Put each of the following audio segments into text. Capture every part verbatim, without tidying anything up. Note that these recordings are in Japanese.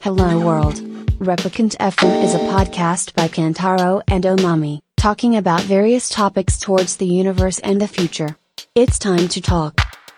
Hello World. Replicant エフエム is a podcast by Kantaro and Omami, talking about various topics towards the universe and the future. It's time to talk.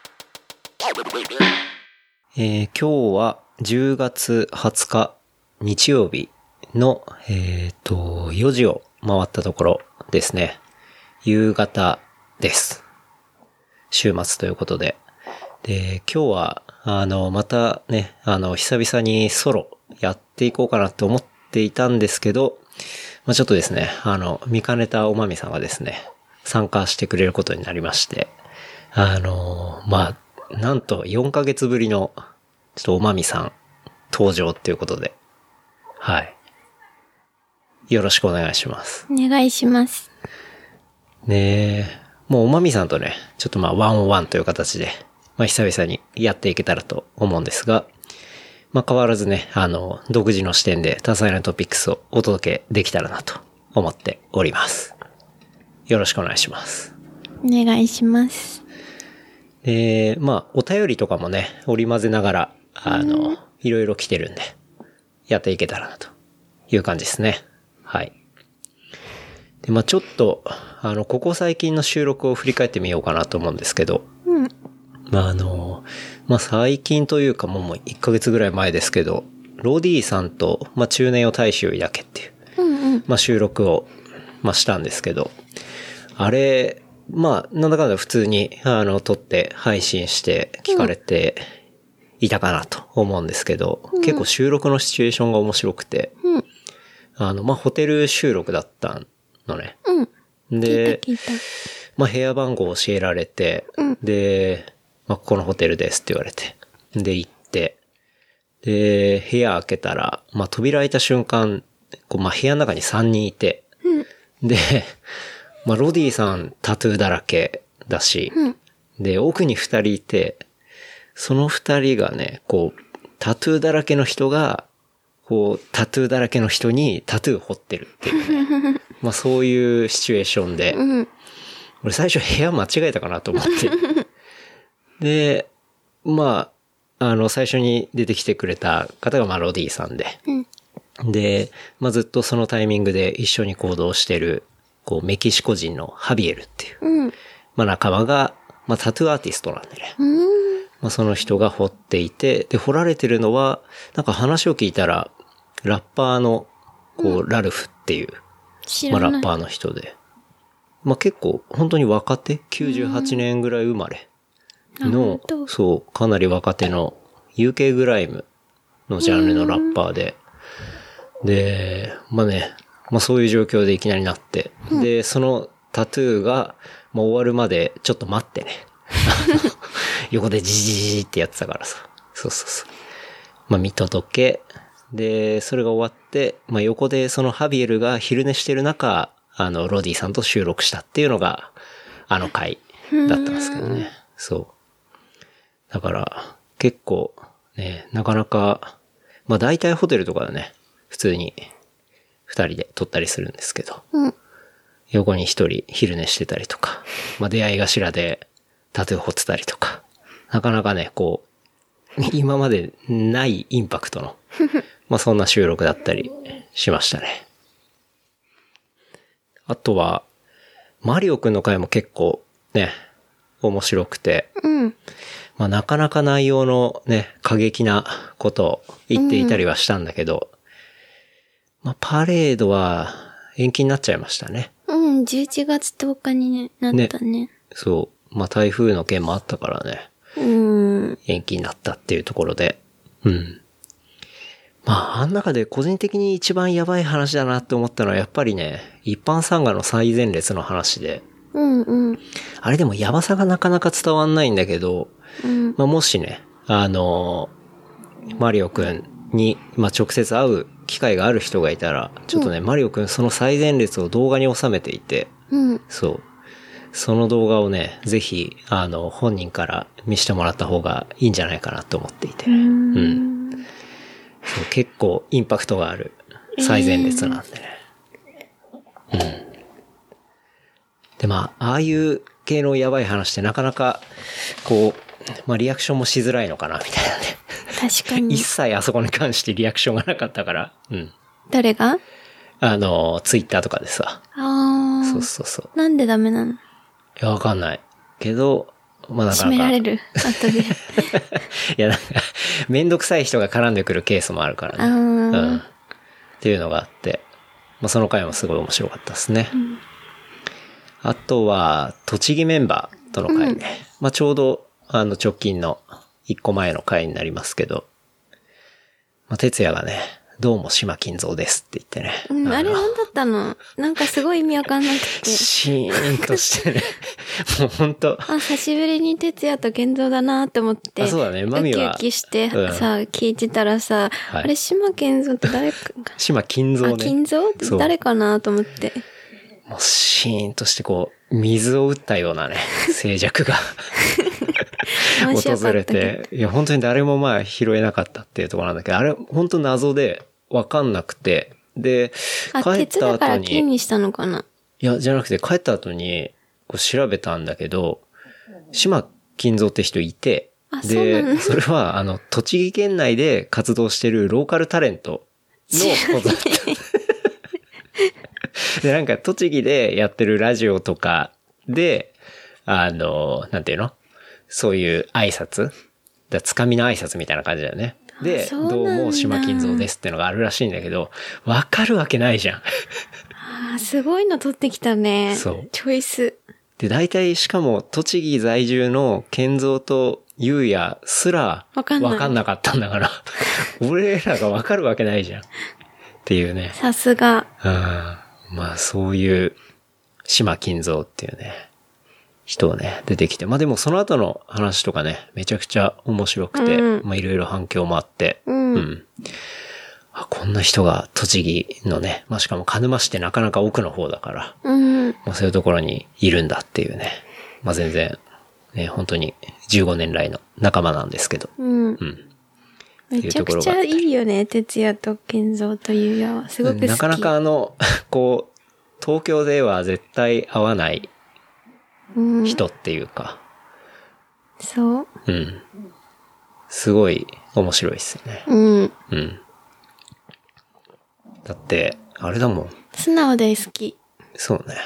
えー、今日はじゅうがつはつか日曜日の、えーと、よじを回ったところですね。夕方です。週末ということで。で、今日は、あの、またね、あの、久々にソロやっていこうかなと思っていたんですけど、まあ、ちょっとですね、あの、見かねたおまみさんがですね、参加してくれることになりまして、あの、まあ、なんとよんかげつぶりの、ちょっとおまみさん登場っていうことで、はい。よろしくお願いします。 お願いします。 ねえ、もうおまみさんとね、ちょっとまあワンオンワンという形で、まあ久々にやっていけたらと思うんですが、まあ変わらずね、あの、独自の視点で多彩なトピックスをお届けできたらなと思っております。よろしくお願いします。 お願いします。 で、まあお便りとかもね、織り交ぜながら、あの、いろいろ来てるんで、やっていけたらなという感じですね。はい。で、まあちょっと、あの、ここ最近の収録を振り返ってみようかなと思うんですけど、 うん。 まああの、まあ最近というかもうもういっかげつぐらい前ですけど、ロディさんと、まあ中年を大衆だけっていう、 うんうん。 まあ収録を、まあしたんですけど、あれ、まあなんだかんだ普通に、あの、撮って配信して聞かれていたかなと思うんですけど、うん、結構収録のシチュエーションが面白くて、うん、あの、まあホテル収録だったのね。 うん。 で、 聞いた聞いた。 まあ部屋番号を教えられて、 うん、 で、まあ、ここのホテルですって言われて。で、行って。で、部屋開けたら、まあ、扉開いた瞬間、こうまあ、部屋の中にさんにんいて。 うん、 で、まあ、ロディさんタトゥーだらけだし、 うん、 で、奥にふたりいて、そのふたりがね、こう、タトゥーだらけの人が、こう、タトゥーだらけの人にタトゥー彫ってるっていうね。まあ、そういうシチュエーションで、 うん、 俺最初部屋間違えたかなと思って。で、まあ、あの、最初に出てきてくれた方が、まあ、ロディさんで。 うん、 で、まあ、ずっとそのタイミングで一緒に行動してる、こう、メキシコ人のハビエルっていう、 うん、 まあ、仲間が、まあ、タトゥーアーティストなんでね。 うん、 まあ、その人が彫っていて、で、彫られてるのは、なんか話を聞いたら、ラッパーの、こう、うん、ラルフっていう、まあ、ラッパーの人で。まあ、結構、本当に若手 ?きゅうじゅうはちねんぐらい生まれ。の、そう、かなり若手の ユーケー グライムのジャンルのラッパーで、で、まあね、まあそういう状況でいきなりなって、うん、で、そのタトゥーが、まあ、終わるまでちょっと待ってね。横でジジジジってやってたからさ。そうそうそう。まあ見届け、で、それが終わって、まあ横でそのハビエルが昼寝してる中、あの、ロディさんと収録したっていうのが、あの回だったんですけどね。そう。だから、結構、ね、なかなか、まあ大体ホテルとかでね、普通に二人で撮ったりするんですけど、 うん、 横に一人昼寝してたりとか、まあ出会い頭でタトゥー彫ってたりとか、なかなかね、こう、今までないインパクトの、まあそんな収録だったりしましたね。あとは、マリオくんの回も結構ね、面白くて、 うんまあなかなか内容のね、過激なことを言っていたりはしたんだけど、うん、まあパレードは延期になっちゃいましたね。 うん、じゅういちがつとおかに、ね、なったね。ね、 そう。まあ台風の件もあったからね。 うん。 延期になったっていうところで。うん。まああん中で個人的に一番やばい話だなって思ったのはやっぱりね、一般参賀の最前列の話で。 うんうん。 あれでもやばさがなかなか伝わんないんだけど、 うん、 まあ、もしね、あのー、マリオくんに、まあ、直接会う機会がある人がいたら、ちょっとね、うん、マリオくんその最前列を動画に収めていて、 うん、 そう。その動画をね、ぜひ、あの、本人から見せてもらった方がいいんじゃないかなと思っていてね。うん。うん、そう、結構インパクトがある最前列なんでね。えー、うん。で、まあ、ああいう系のやばい話ってなかなか、こう、 まあリアクションもしづらいのかなみたいなね。 確かに。 一切あそこに関してリアクションがなかったから。うん。 誰が？ あの、ツイッターとかでさ。 ああ。 そうそうそう。 なんでダメなの？いや、わかんない。けど、まあなかなか。 閉められる後で。 いや、なんか、めんどくさい人が絡んでくるケースもあるからね。 あーうん。っていうのがあって、まあその回もすごい面白かったですね。うん、あとは、栃木メンバーとの回ね。うん、まあちょうど、あの、直近の一個前の回になりますけど、まあ哲也がね、どうも島金蔵ですって言ってね。 うん、あれ何だったの？なんかすごい意味わかんなくて。 シーンとしてね。もうほんと。 あ、久しぶりに哲也と金蔵だなって思って。 あ、そうだね。マミは。 ウキウキしてさ、うん、聞いてたらさ、はい、あれ島金蔵って誰か。 島金蔵ね。 あ、金蔵って誰かなと思って。 もうシーンとしてこう、水を打ったようなね、静寂が。訪れて、いや本当に誰もまあ拾えなかったっていうところなんだけど、あれ本当謎でわかんなくて、で、帰った後に。鉄だから金にしたのかな？ いや、じゃなくて帰った後にこう調べたんだけど、島金蔵って人いて、で、それはあの、栃木県内で活動してるローカルタレントのことだった。で、なんか栃木でやってるラジオとかで、あの、なんていうの？そういう挨拶だつかみの挨拶みたいな感じだよね。で、どうも島金蔵ですってのがあるらしいんだけど、わかるわけないじゃん。 ああ、すごいの取ってきたね。 そう。 チョイス。 で、大体しかも栃木在住の金蔵とゆうやすらわかんなかったんだから、俺らがわかるわけないじゃん。っていうね。 さすが。 うん。まあそういう島金蔵っていうね。人をね、出てきて。まあでもその後の話とかね、めちゃくちゃ面白くて、うん、まあいろいろ反響もあって、うん、うん。あ、こんな人が栃木のね、まあしかも鹿沼市ってなかなか奥の方だから、うん、まあそういうところにいるんだっていうね。まあ全然、ね、本当にじゅうごねん来の仲間なんですけど。うん。うん、 めちゃくちゃいいよね、哲也と金蔵とゆうやは。すごく好き。 なかなかあの、こう、東京では絶対会わない、人っていうか、 うん。そう。 うん。すごい面白いっすよね。 うん。 うん。だって、あれだもん。 素直で好き。 そうね。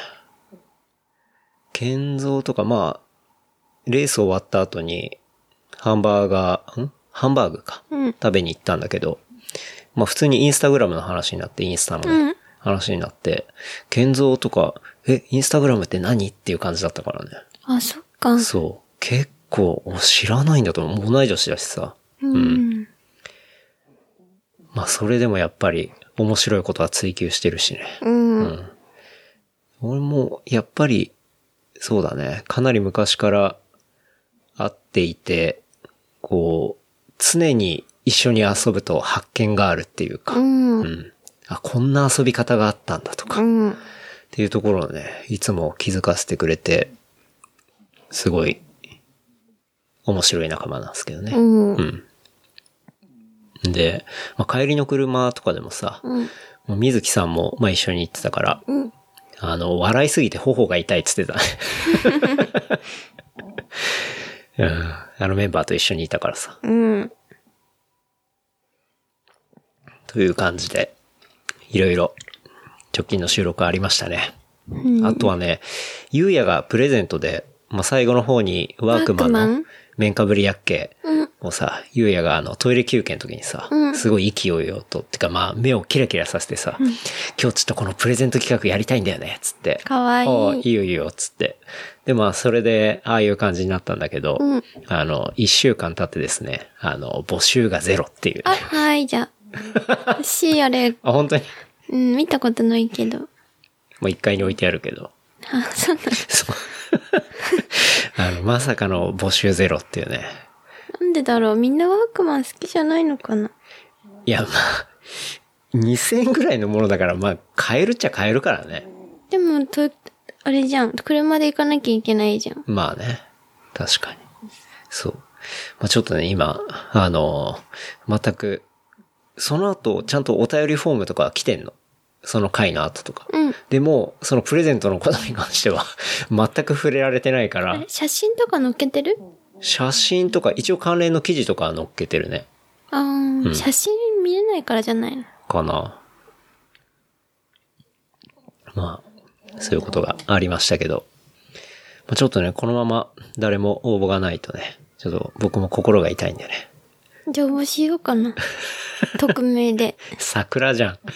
建造とか、まあ、レース終わった後に、ハンバーガー、んハンバーグか、うん。食べに行ったんだけど、まあ普通にインスタグラムの話になって、インスタのね、うん、話になって、建造とか、え、インスタグラムって何っていう感じだったからね。 あ、そっか。 そう。結構、知らないんだと思う。同い年だしさ。 うん。うん、 まあ、それでもやっぱり、面白いことは追求してるしね。 うん。うん。 俺も、やっぱり、そうだね。かなり昔から会っていて、こう、常に一緒に遊ぶと発見があるっていうか。 うん。 うん。あ、こんな遊び方があったんだとか。 うん。 っていうところをね、いつも気づかせてくれて、すごい面白い仲間なんですけどね。 うん。 うん、で、まあ、帰りの車とかでもさ、 うん、 もう水木さんも、まあ、一緒に行ってたから、 うん、 あの、笑いすぎて頬が痛いっつってたね。うん。あのメンバーと一緒にいたからさ。 うん。 という感じで、いろいろ直近の収録ありましたね。 うん、 あとはね、ゆうやがプレゼントで、まあ、最後の方にワークマンのメンカブリヤッケをさ、ゆうやがあのトイレ休憩の時にさ、 うん、 すごい勢いよと、ってかまあ目をキラキラさせてさ、うん、今日ちょっとこのプレゼント企画やりたいんだよね、つって。 かわいい。 ああ、いいよいいよ、つって。でまあそれでああいう感じになったんだけど、 うん、 あの、一週間経ってですね、あの、募集がゼロっていう、ね。 あ、はい、じゃあ。欲しいあれ。 あ、本当にうん、見たことないけど。 もう一階に置いてあるけど。 あ、そうなんだ。 そう。あの、まさかの募集ゼロっていうね。 なんでだろう、みんなワークマン好きじゃないのかな。 いや、まあ、にせんえんぐらいのものだから、まあ、買えるっちゃ買えるからね。 でも、と、あれじゃん。車で行かなきゃいけないじゃん。 まあね。確かに。そう。まあちょっとね、今、あの、全く、その後、ちゃんとお便りフォームとか来てんの。その回の後とか。 うん。 でも、そのプレゼントのことに関しては、全く触れられてないから。 写真とか載っけてる？ 写真とか一応関連の記事とか載っけてるね。 あー、うん、写真見れないからじゃないのかな。まあ、そういうことがありましたけど。まあ、ちょっとね、このまま誰も応募がないとね、ちょっと僕も心が痛いんでね。 じゃあ応募しようかな。匿名で。 桜じゃん。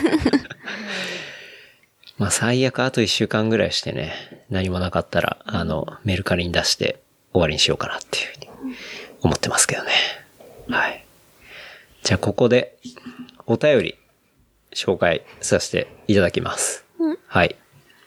まあ最悪あと一週間ぐらいしてね、何もなかったら、あの、メルカリに出して終わりにしようかなっていうふうに思ってますけどね。はい。じゃあここでお便り紹介させていただきます。 うん、 はい。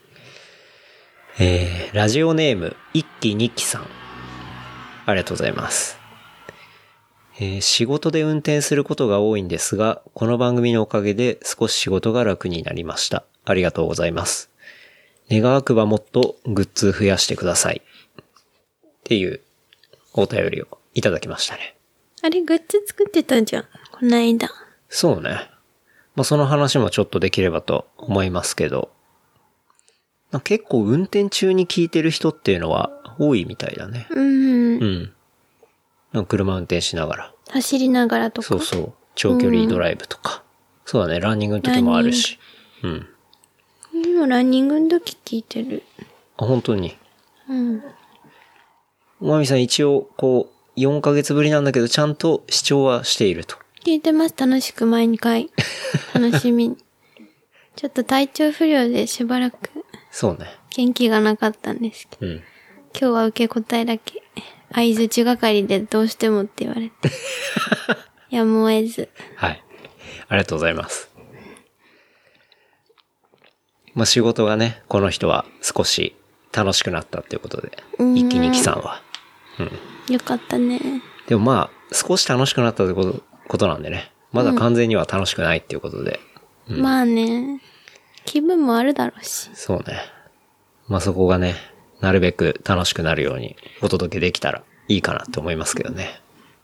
えー、ラジオネーム一期二期さん。ありがとうございます。えー、仕事で運転することが多いんですが、この番組のおかげで少し仕事が楽になりました。ありがとうございます。願わくばもっとグッズ増やしてください。っていうお便りをいただきましたね。 あれ、グッズ作ってたじゃん。この間。 そうね。まあ、その話もちょっとできればと思いますけど、まあ、結構運転中に聞いてる人っていうのは多いみたいだね。 うん。 うん。なんか車運転しながら。 走りながらとか。 そうそう。長距離ドライブとか。うん、そうだね。ランニングの時もあるし。うん。 今ランニングの時聞いてる。 あ、本当に。 うん。 おまみさん一応、こう、よんかげつぶりなんだけど、ちゃんと視聴はしていると。 聞いてます。楽しく毎回。楽しみに。ちょっと体調不良でしばらく。 そうね。 元気がなかったんですけど。うん。今日は受け答えだけ。相づち係でどうしてもって言われて。やむを得ず。 はい。ありがとうございます。まあ、仕事がね、この人は少し楽しくなったっていうことで、一気にきさんは。 うん。よかったね。 でもまあ、少し楽しくなったってこと、ことなんでね。まだ完全には楽しくないっていうことで。 うんうん、まあね。気分もあるだろうし。 そうね。まあそこがね、なるべく楽しくなるようにお届けできたらいいかなって思いますけどね。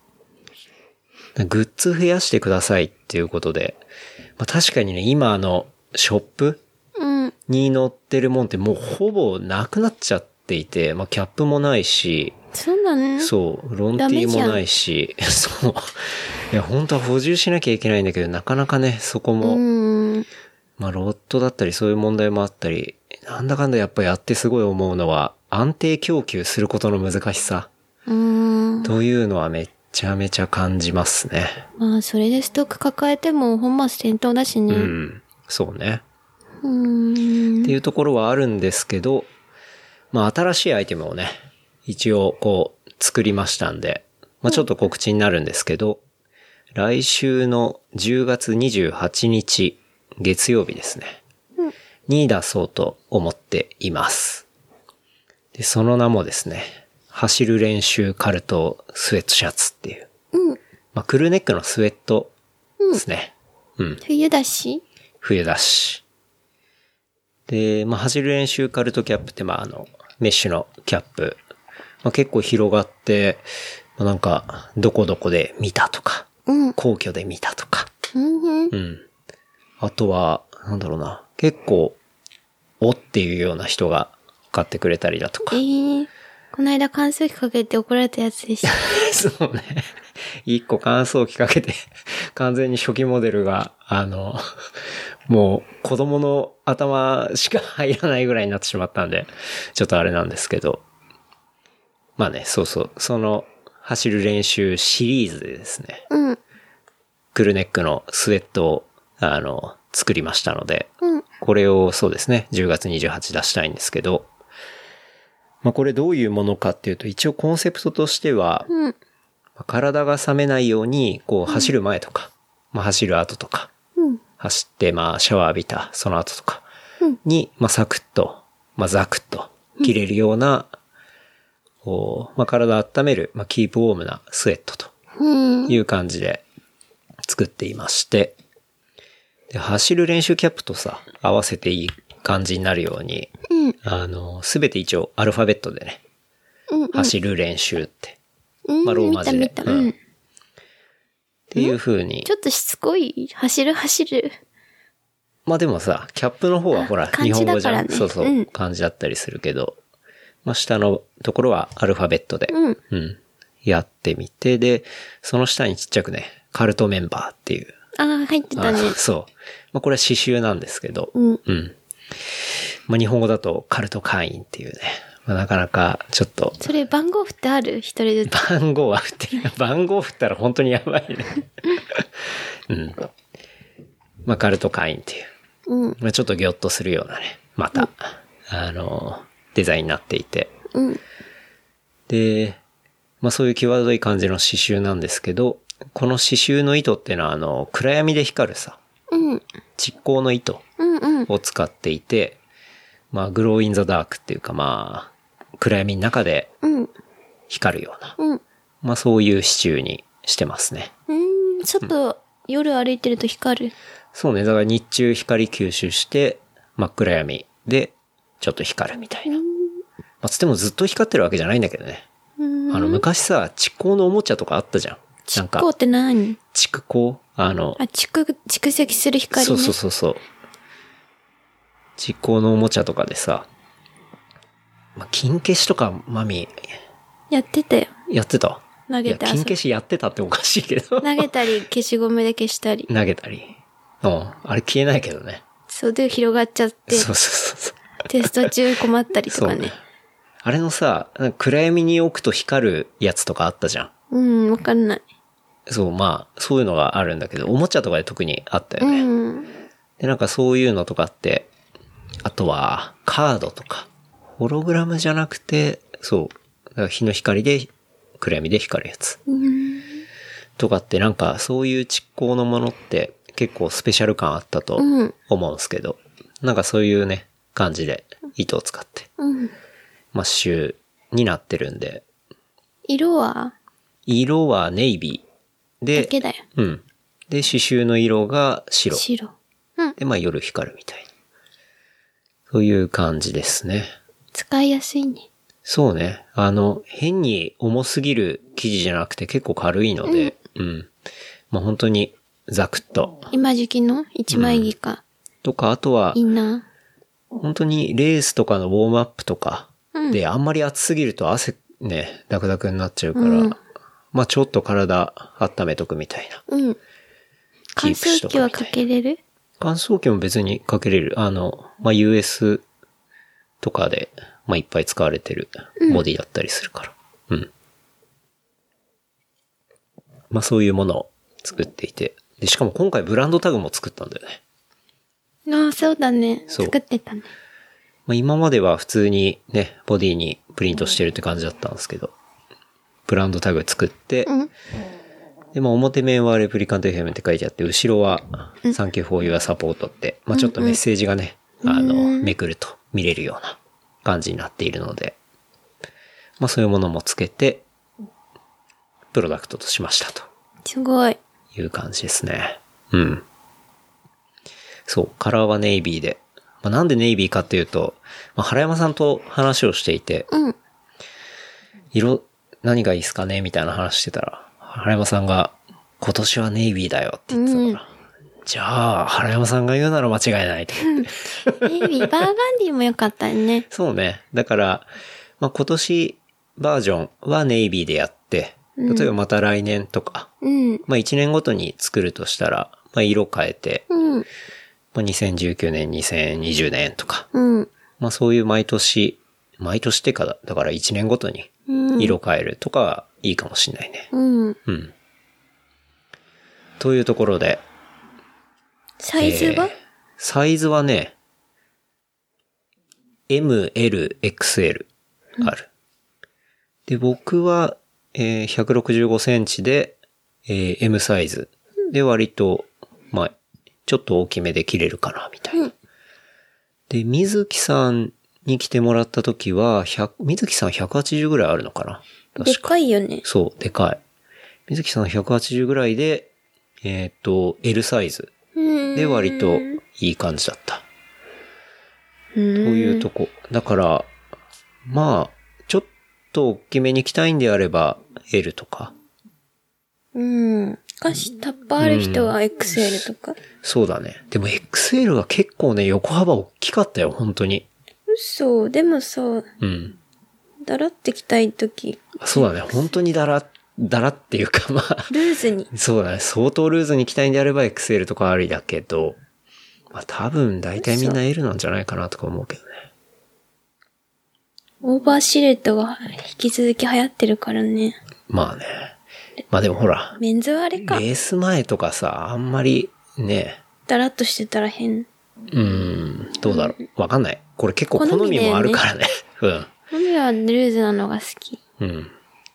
グッズ増やしてくださいっていうことで、まあ、確かにね、今あの、ショップに載ってるもんってもうほぼなくなっちゃっていて、まあキャップもないし、 そうだね。 そう、ロンティーもないし、そう。いや、本当は補充しなきゃいけないんだけど、なかなかね、そこも、 うんまあロットだったりそういう問題もあったり、なんだかんだやっぱやってすごい思うのは、安定供給することの難しさ。 うーん。 というのはめっちゃめちゃ感じますね。 まあ、それでストック抱えても本末転倒だしね。 うん。そうね。 うーん。 っていうところはあるんですけど、まあ新しいアイテムをね、一応こう作りましたんで、まあちょっと告知になるんですけど、うん、来週のじゅうがつにじゅうはちにち、月曜日ですね。 うん、 に出そうと思っています。で、その名もですね、走る練習カルトスウェットシャツっていう。 うん。 まあ、クルーネックのスウェットですね。うん。うん、 冬だし冬だし。で、まあ、走る練習カルトキャップって、まあ、あの、メッシュのキャップ。まあ、結構広がって、まあ、なんか、どこどこで見たとか、 うん、 皇居で見たとか。 うん、 うん。あとは、なんだろうな。結構、おっていうような人が買ってくれたりだとか。 えー、この間乾燥機かけて怒られたやつでした。 そうね。一個乾燥機かけて、完全に初期モデルが、あの、もう子供の頭しか入らないぐらいになってしまったんで、ちょっとあれなんですけど。まあね、そうそう。その、走る練習シリーズでですね。 うん。 クルネックのスウェットを、あの、作りましたので、 うん、 これをそうですね、じゅうがつにじゅうはち出したいんですけど、まあこれどういうものかっていうと、一応コンセプトとしては、 うん、 体が冷めないように、こう走る前とか、うん、まあ走る後とか、 うん、 走ってまあシャワー浴びたその後とかに、まあサクッと、まあザクッと着れるような、こうまあ体を温める、まあキープウォームなスウェットという感じで作っていまして、で走る練習キャップとさ、合わせていい感じになるように、 うん、 あの、すべて一応アルファベットでね、 うんうん、 走る練習って、 うん、 まあローマ字で、 見た見た、うん、 っていう風に。 ちょっとしつこい、走る走る。 まあでもさ、キャップの方はほら、日本語じゃん、 ね、 そうそう、 うん、 漢字だったりするけど、 まあ、下のところはアルファベットで、 うん。 うん。やってみて、で、その下にちっちゃくね、カルトメンバーっていう。 ああ、入ってたね。 そう。まあ、これは刺繍なんですけど、 うん。 うん。まあ、日本語だとカルト会員っていうね、まあ、なかなかちょっと。 それ番号振ってある？一人ずつ。 番号は振ってる。番号振ったら本当にやばいね。うん。まあ、カルト会員っていう。 うん。 まあ、ちょっとギョッとするようなね、また、うん、あの、デザインになっていて。 うん。 で、まあそういう際どい感じの刺繍なんですけど、この刺繍の糸っていうのはあの、暗闇で光るさ、 うん。 蓄光の糸を使っていて、うんうん、まあグローインザダークっていうかまあ、暗闇の中で光るような、 うん、 まあそういう刺繍にしてますね。 うん、外、うん、夜歩いてると光る。 そうね、だから日中光吸収して、真っ暗闇でちょっと光るみたいな。まあつってもずっと光ってるわけじゃないんだけどね。あの、昔さ、蓄光のおもちゃとかあったじゃん。 蓄光って何？ 蓄光あの、 あ、蓄、蓄積する光ね。 そうそうそうそう。蓄光のおもちゃとかでさ、まあ、金消しとか、マミ。 やってたよ。 やってた。 投げて遊ぶ。 金消しやってたっておかしいけど。 投げたり、消しゴムで消したり。 投げたり。うん。あれ消えないけどね。 そうで広がっちゃって。 そうそうそう。 テスト中困ったりとかね。そうあれのさ、暗闇に置くと光るやつとかあったじゃん。 うん、わかんない。 そう、まあ、そういうのがあるんだけど、おもちゃとかで特にあったよね。 うん、 で、なんかそういうのとかって、あとは、カードとか、ホログラムじゃなくて、そう、だから日の光で、暗闇で光るやつ。 うん、 とかってなんかそういう蓄光のものって結構スペシャル感あったと思うんですけど、うん、なんかそういうね、感じで糸を使って。 うんまあ、刺繍になってるんで。 色は色はネイビー。で、 だけだよ。 うん。で、刺繍の色が白。 白。うん。 で、まあ夜光るみたいな。そういう感じですね。 使いやすいね。 そうね。あの、変に重すぎる生地じゃなくて結構軽いので、うん。うん、まあ本当にザクッと。 今時期の一枚着か、うん。 とか、あとは、 インナー。本当にレースとかのウォームアップとか、で、あんまり暑すぎると汗ね、ダクダクになっちゃうから、うん、まあちょっと体温めとくみたいな。 うん。乾燥機はかけれる？ 乾燥機も別にかけれる。あの、まあ ユーエス とかで、まあいっぱい使われてるボディだったりするから。うん。うん、まあそういうものを作っていて。で、しかも今回ブランドタグも作ったんだよね。 ああ、そうだね。作ってたね。 まあ、今までは普通にね、ボディにプリントしてるって感じだったんですけど、ブランドタグ作って、うん、で、まあ表面はレプリカント エフエム って書いてあって、後ろは Thank you for your support って、まあちょっとメッセージがね、うんうん、あの、めくると見れるような感じになっているので、まあそういうものもつけて、プロダクトとしましたと。 すごい。 いう感じですね。うん。そう、カラーはネイビーで、まあ、なんでネイビーかっていうと、まあ、原山さんと話をしていて、 うん、 色、何がいいっすかねみたいな話してたら、原山さんが、今年はネイビーだよって言ってたから、うん、じゃあ、原山さんが言うなら間違いないと思って。 ネイビー、バーガンディも良かったね。 そうね。だから、まあ、今年バージョンはネイビーでやって、例えばまた来年とか、 うん、 まあいちねんごとに作るとしたら、まあ色変えて、 うんまあ、にせんじゅうきゅうねん、にせんにじゅうねんとか。 うん。 まあそういう毎年、毎年ってかだ、だからいちねんごとに色変えるとかはいいかもしれないね。 うん。 うん。というところで。 サイズは、えー、 サイズはね、エム、エル、エックスエル ある。うん、で、僕は、えー、ひゃくろくじゅうごセンチで、えー、エム サイズ。で、割と、まあ、ちょっと大きめで着れるかな、みたいな。うん、で、水木さんに来てもらった時は、水木さんひゃくはちじゅうぐらいあるのかな？確か。 でかいよね。 そう、でかい。水木さんひゃくはちじゅうぐらいで、えっと、L サイズ。で、割といい感じだった。というとこ。だから、まあ、ちょっと大きめに着たいんであれば、L とか。 うん。歌詞タッパーある人は エックスエル とか、うん、 そうだね。でも エックスエル は結構ね、横幅大きかったよ、本当に。 嘘、でもさ、 うん。 だらってきたいとき。 そうだね。本当にだら、だらっていうか、まあ。 ルーズに。 そうだね。相当ルーズに着たいんであれば エックスエル とかありだけど、まあ多分大体みんな L なんじゃないかなとか思うけどね。 オーバーシルエットが引き続き流行ってるからね。 まあね。まあでもほら。 メンズはあれか。 レース前とかさ、あんまりね。 だらっとしてたら変。 うーん、どうだろう。わかんない。これ結構好みもあるからね。うん。 好みはルーズなのが好き。 うん。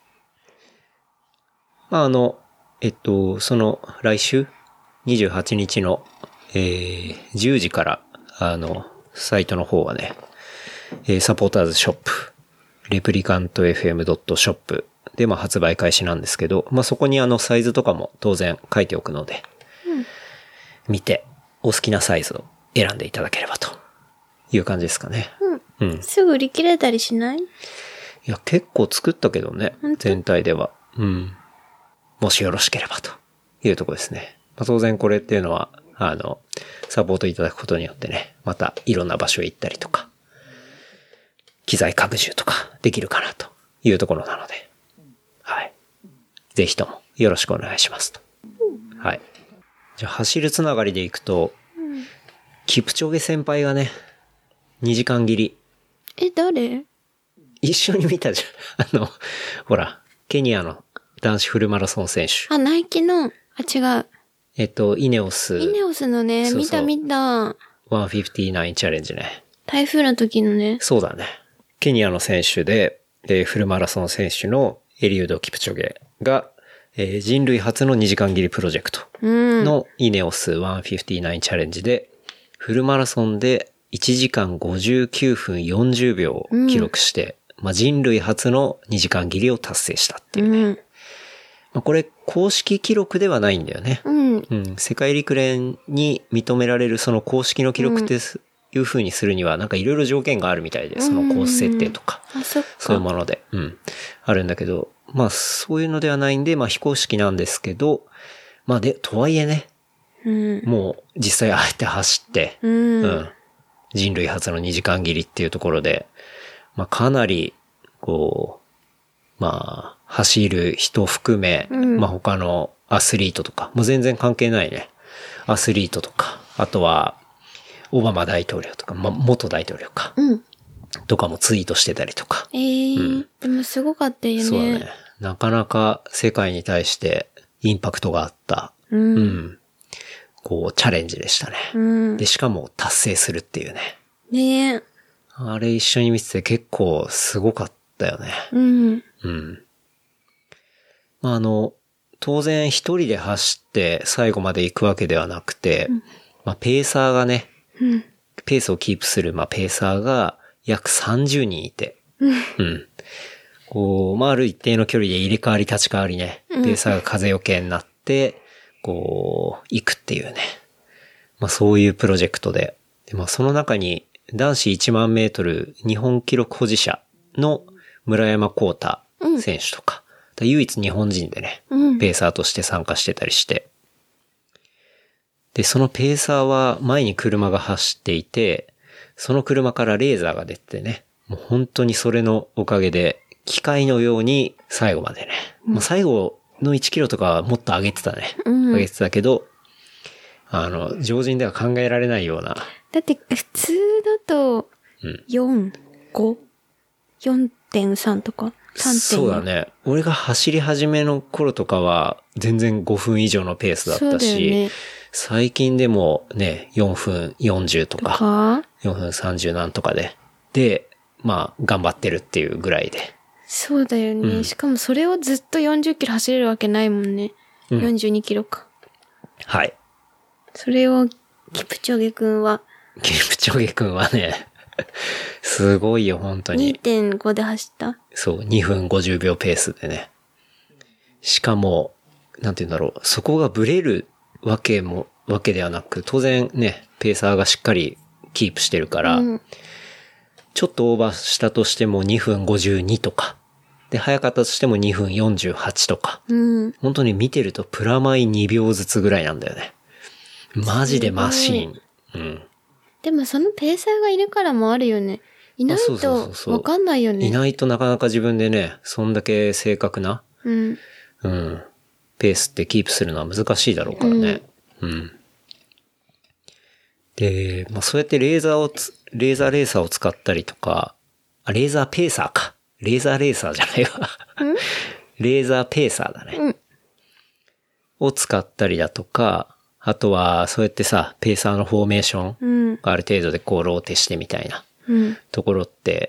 まああの、えっと、その来週にじゅうはちにちの、えー、じゅうじから、あの、サイトの方はね、えー、サポーターズショップ、レプリカント エフエムドットショップ で、まあ発売開始なんですけど、まあそこにあのサイズとかも当然書いておくので、うん、見てお好きなサイズを選んでいただければという感じですかね。 うん。うん、すぐ売り切れたりしない？いや、結構作ったけどね、全体では。うん。もしよろしければというところですね。まあ、当然これっていうのは、あの、サポートいただくことによってね、またいろんな場所へ行ったりとか、機材拡充とかできるかなというところなので、はい。ぜひともよろしくお願いしますと。はい。じゃあ走るつながりでいくと、うん、キプチョゲ先輩がね、にじかん切り。 え、誰？ 一緒に見たじゃん。あの、ほら、ケニアの男子フルマラソン選手。 あ、ナイキの、あ、違う。 えっと、イネオス。 イネオスのね、そうそう見た見た。 ひゃくごじゅうきゅうチャレンジね。 台風の時のね。 そうだね。ケニアの選手で、で、フルマラソン選手のエリウド・キプチョゲが、えー、人類初のにじかん切りプロジェクトのイネオスひゃくごじゅうきゅうチャレンジで、フルマラソンでいちじかんごじゅうきゅうふんよんじゅうびょうを記録して、うん、まあ、人類初のにじかん切りを達成したっていうね。うん、まあ、これ公式記録ではないんだよね。うん。うん、世界陸連に認められるその公式の記録っていう風にするにはなんかいろいろ条件があるみたいで、そのコース設定とか、 うん、あ、そっか。 そういうもので、うん、あるんだけど、まあそういうのではないんで、まあ非公式なんですけど、まあで、とはいえね、うん、もう実際あえて走って、うんうん、人類初のにじかん切りっていうところで、まあかなり、こう、まあ、走る人含め、うん、まあ他のアスリートとか、もう全然関係ないね。アスリートとか、あとは、オバマ大統領とか、まあ元大統領か。うん。とかもツイートしてたりとか。 ええーうん、でもすごかったよね。 そうだね。なかなか世界に対してインパクトがあった。うん。うん、こう、チャレンジでしたね。うん。で、しかも達成するっていうね。 ねえ。 あれ一緒に見てて結構すごかったよね。 うん。 うん。まあ、あの、当然一人で走って最後まで行くわけではなくて、うん、まあ、ペーサーがね、うん、ペースをキープする、まあ、ペーサーが約さんじゅうにんいて、うん。うん、こう、まあ、ある一定の距離で入れ替わり立ち替わりね、ペーサーが風よけになって、こう、行くっていうね。まあ、そういうプロジェクトで、でまあ、その中に男子いちまんメートル日本記録保持者の村山浩太選手とか、うん、唯一日本人でね、うん、ペーサーとして参加してたりして、で、そのペーサーは前に車が走っていて、その車からレーザーが出てね、もう本当にそれのおかげで、機械のように最後までね、うん、もう最後のいちキロとかはもっと上げてたね。うん、上げてたけど、あの、常人では考えられないような。 だって普通だと、よん、ご、よんてんさんとかさんてんよん。 そうだね。俺が走り始めの頃とかは全然ごふん以上のペースだったし、ね、最近でもね、よんふんよんじゅうとか、とかよんふんさんじゅうなんとかで、で、まあ頑張ってるっていうぐらいで。 そうだよね、うん。しかもそれをずっとよんじゅっキロ走れるわけないもんね。うん、よんじゅうにキロか。 はい。 それをキプチョゲくんは。 キプチョゲくんはね、すごいよ、本当に。 にてんご で走った？ そう、にふんごじゅうびょうペースでね。しかも、なんて言うんだろう、そこがブレるわけも、わけではなく、当然ね、ペーサーがしっかりキープしてるから、うん、ちょっとオーバーしたとしてもにふんごじゅうにとか、で、早かったとしてもにふんよんじゅうはちとか、うん、本当に見てるとプラマイにびょうずつぐらいなんだよね。マジでマシーン。うん。 でもそのペーサーがいるからもあるよね。 いないとわかんないよね。 いないとなかなか自分でね、そんだけ正確な、 うん。 うん。ペースってキープするのは難しいだろうからね。うん。うん、で、まあそうやってレーザーをつ、レーザーレーサーを使ったりとか、あ、レーザーペーサーか。レーザーレーサーじゃないわ。レーザーペーサーだね。 うん。 を使ったりだとか、あとはそうやってさ、ペーサーのフォーメーションがある程度でこうローテしてみたいなところって、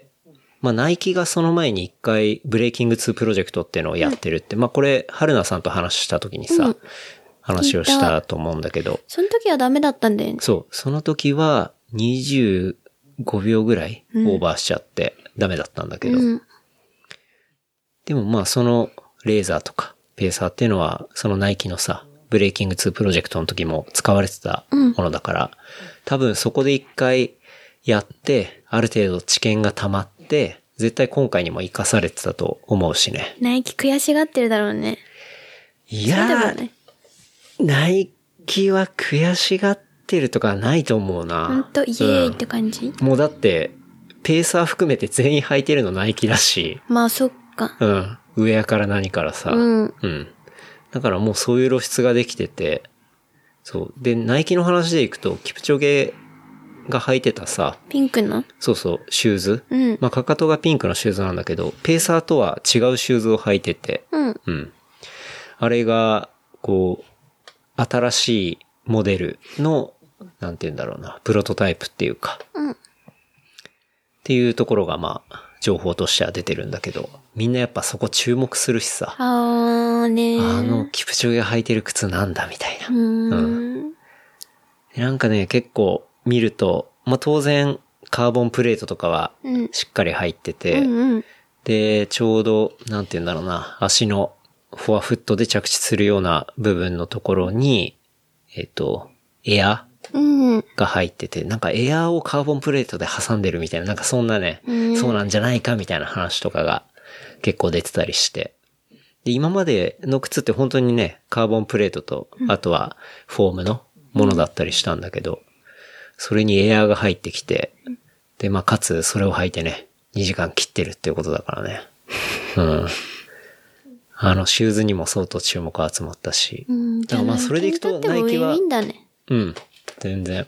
まあナイキがその前に一回ブレイキングツープロジェクトっていうのをやってるって、うん、まあこれ、春菜さんと話した時にさ、うん、話をしたと思うんだけど。 その時はダメだったんだよね。 そう。その時はにじゅうごびょうぐらいオーバーしちゃってダメだったんだけど。うん、でもまあそのレーザーとかペーサーっていうのはそのナイキのさ、ブレイキングツープロジェクトの時も使われてたものだから、うん、多分そこで一回やって、ある程度知見が溜まって、絶対今回にも活かされてたと思うしね。 ナイキ悔しがってるだろうね。 いやー、ね、ナイキは悔しがってるとかないと思うな。 ほんと、イエーイって感じ、 うん、もうだって、ペーサー含めて全員履いてるのナイキだし。 まあそっか。 うん。ウェアから何からさ。うん。うん。だからもうそういう露出ができてて。そう。で、ナイキの話でいくと、キプチョゲが履いてたさ。 ピンクの？ そうそう、シューズ。 うん。 まあ、かかとがピンクのシューズなんだけど、ペーサーとは違うシューズを履いてて。 うん。 うん。あれが、こう、新しいモデルの、なんて言うんだろうな、プロトタイプっていうか。 うん。 っていうところがまあ、情報としては出てるんだけど、みんなやっぱそこ注目するしさ。 あーねー。 あの、キプチョゲが履いてる靴なんだみたいな。 うーん。うん。 なんかね、結構見ると、まあ当然、カーボンプレートとかはしっかり入ってて、 うんうん、 で、ちょうど、なんて言うんだろうな、足のフォアフットで着地するような部分のところに、えっと、エアが入ってて、なんかエアをカーボンプレートで挟んでるみたいな、なんかそんなね、うん、そうなんじゃないかみたいな話とかが結構出てたりして。で、今までの靴って本当にね、カーボンプレートと、あとはフォームのものだったりしたんだけど、それにエアが入ってきて、で、まあ、かつそれを履いてね、にじかん切ってるっていうことだからね。うん。あの、シューズにも相当注目が集まったし。 うん、 だからまあ、それでいくと、ナイキは、 ね、 うん、全然。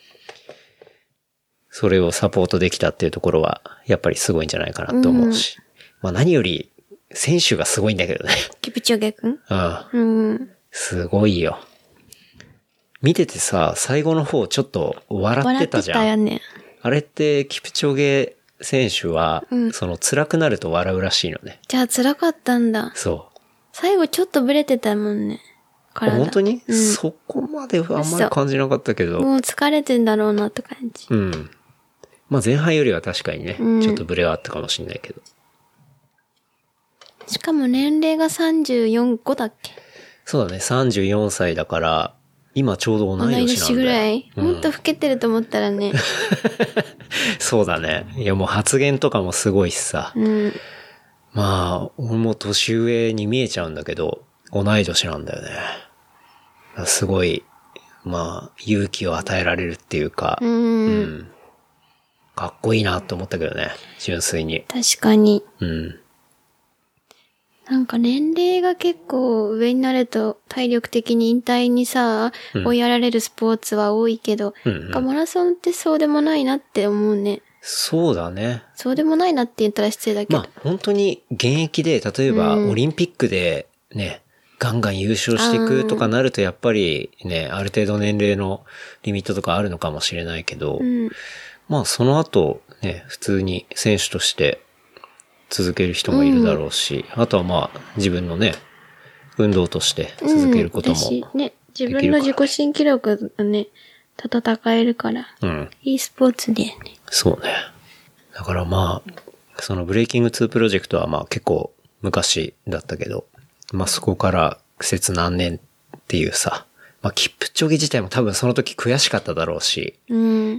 それをサポートできたっていうところは、やっぱりすごいんじゃないかなと思うし。うん、まあ、何より、選手がすごいんだけどね。 キプチョゲ君？ うん。 うん。 すごいよ。見ててさ、最後の方ちょっと笑ってたじゃん。 笑ってたよね。 あれって、キプチョゲ選手は、うん、その辛くなると笑うらしいのね。 じゃあ辛かったんだ。 そう。 最後ちょっとブレてたもんね。体。 本当に、 うん、 そこまではあんまり感じなかったけど。 もう疲れてんだろうなって感じ。 うん。まあ前半よりは確かにね、うん、ちょっとブレはあったかもしれないけど。 しかも年齢がさんじゅうよん、ごだっけ？ そうだね、さんじゅうよんさいだから、今ちょうど同い年なんだよ。 同い年ぐらい、うん、もっと老けてると思ったらね。 そうだね。いやもう発言とかもすごいしさ。 うん、 まあ、俺も年上に見えちゃうんだけど、同い年なんだよね。すごい、まあ、勇気を与えられるっていうか、 うん、うん、 かっこいいなって思ったけどね、純粋に。 確かに。 うん。 なんか年齢が結構上になると体力的に引退にさ、うん、追いやられるスポーツは多いけど、うんうん、なんかマラソンってそうでもないなって思うね。 そうだね。 そうでもないなって言ったら失礼だけど。 まあ本当に現役で、例えばオリンピックでね、うん、ガンガン優勝していくとかなるとやっぱりね、ある程度年齢のリミットとかあるのかもしれないけど、 うん、まあその後ね、普通に選手として続ける人もいるだろうし、うん、あとはまあ自分のね、運動として続けることもできるから、 うん、ね、自分の自己新記録がね、戦えるから、 うん、 いいスポーツだよね。 そうね。だからまあ、そのブレイキングツープロジェクトはまあ結構昔だったけど、まあそこから苦節何年っていうさ、まあキプチョゲ自体も多分その時悔しかっただろうし、 うん、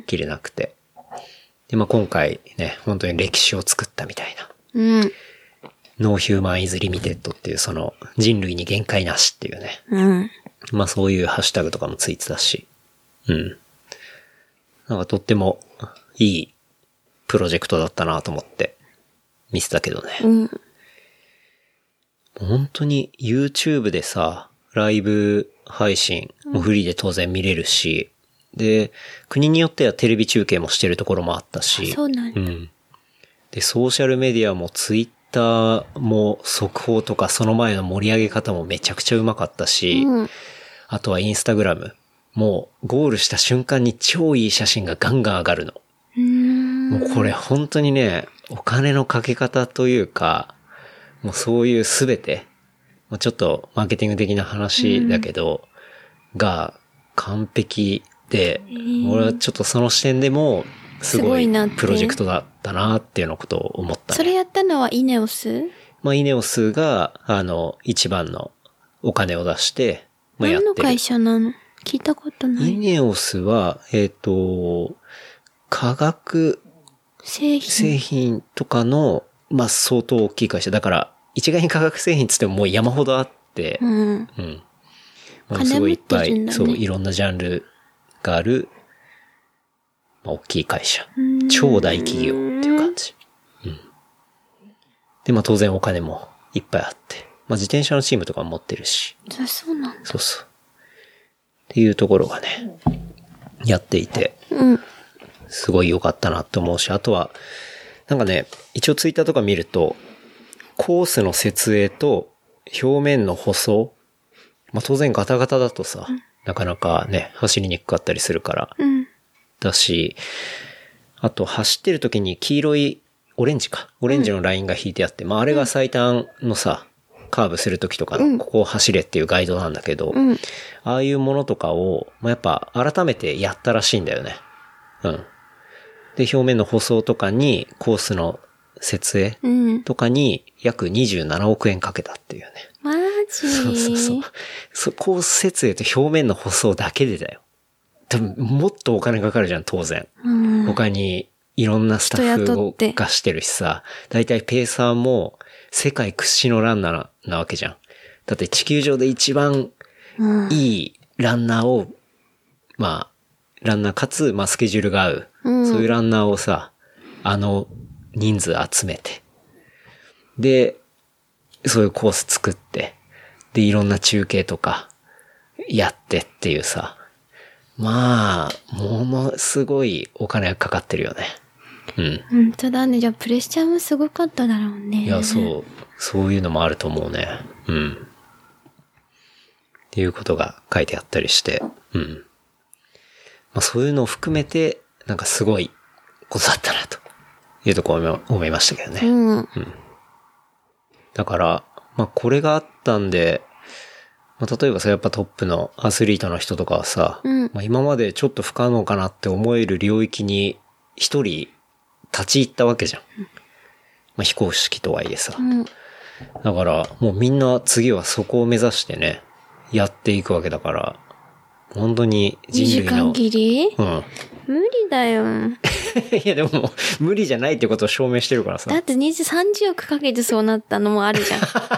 切れなくて。でまあ今回ね、本当に歴史を作ったみたいな。 うん。 ノーヒューマンイズリミテッドっていうその人類に限界なしっていうね。 うん。 まあそういうハッシュタグとかもついてたし。うん。なんかとってもいいプロジェクトだったなと思って見てたけどね。 うん。 本当に YouTube でさ、ライブ配信もフリーで当然見れるし、うん、で、国によってはテレビ中継もしてるところもあったし、 そうなんだ。 うん。で、ソーシャルメディアも Twitter も速報とかその前の盛り上げ方もめちゃくちゃうまかったし、うん、あとはインスタグラム。もうゴールした瞬間に超いい写真がガンガン上がるの。 うーんもうこれ本当にね、お金のかけ方というか、もうそういうすべて、もうちょっとマーケティング的な話だけど、が完璧で、俺はちょっとその視点でもすごいプロジェクトだったなっていうのことを思った、ね。 それやったのはイネオス？ まあイネオスが、あの、一番のお金を出して、まあ、やってる。 何の会社なの？聞いたことない。 イネオスは、えっと、化学製品製品とかの、まあ、相当大きい会社。だから、一概に化学製品つってももう山ほどあって、 うん。うん。 まあ、すごいいっぱい、ね、そう、いろんなジャンルがある、まあ、大きい会社。超大企業っていう感じ。うん。で、まあ、当然お金もいっぱいあって。まあ、自転車のチームとかも持ってるし。 そうなんだ。 そうそう。っていうところがね、やっていて、 うん、 すごい良かったなと思うし、あとは、なんかね、一応ツイッターとか見ると、コースの設営と表面の舗装、まあ当然ガタガタだとさ、うん、なかなかね、走りにくかったりするから、 うん、だし、あと走ってる時に黄色い、オレンジか、オレンジのラインが引いてあって、うん、まああれが最短のさ、カーブするときとかの、ここを走れっていうガイドなんだけど、 うん、 ああいうものとかを、まあ、やっぱ改めてやったらしいんだよね。うん。で、表面の舗装とかに、コースの設営とかに約にじゅうななおくえんかけたっていうね。 マジ？ そうそうそう。そう、コース設営と表面の舗装だけでだよ。多分、もっとお金かかるじゃん、当然。 うん、 他にいろんなスタッフをがしてるしさ、だいたいペーサーも、世界屈指のランナー な, なわけじゃん。だって地球上で一番いいランナーを、うん、まあ、ランナーかつ、まあスケジュールが合う、うん。そういうランナーをさ、あの人数集めて。で、そういうコース作って。で、いろんな中継とかやってっていうさ。まあ、ものすごいお金がかかってるよね。うん。 本当だね。じゃあプレッシャーもすごかっただろうね。 いや、そう。そういうのもあると思うね。うん。っていうことが書いてあったりして。うん。まあそういうのを含めて、なんかすごいことだったな、というところを思いましたけどね。 うん。うん。 だから、まあこれがあったんで、まあ、例えばさ、やっぱトップのアスリートの人とかはさ、 うん、 まあ今までちょっと不可能かなって思える領域に一人立ち入ったわけじゃん。まあ、非公式とはいえさ、 うん。 だからもうみんな次はそこを目指してね、やっていくわけだから、本当に人類の。にじかん切り？ うん。 無理だよ。 いやでも無理じゃないってことを証明してるからさ。 だってにじゅう、さんじゅうおくかけてそうなったのもあるじゃん。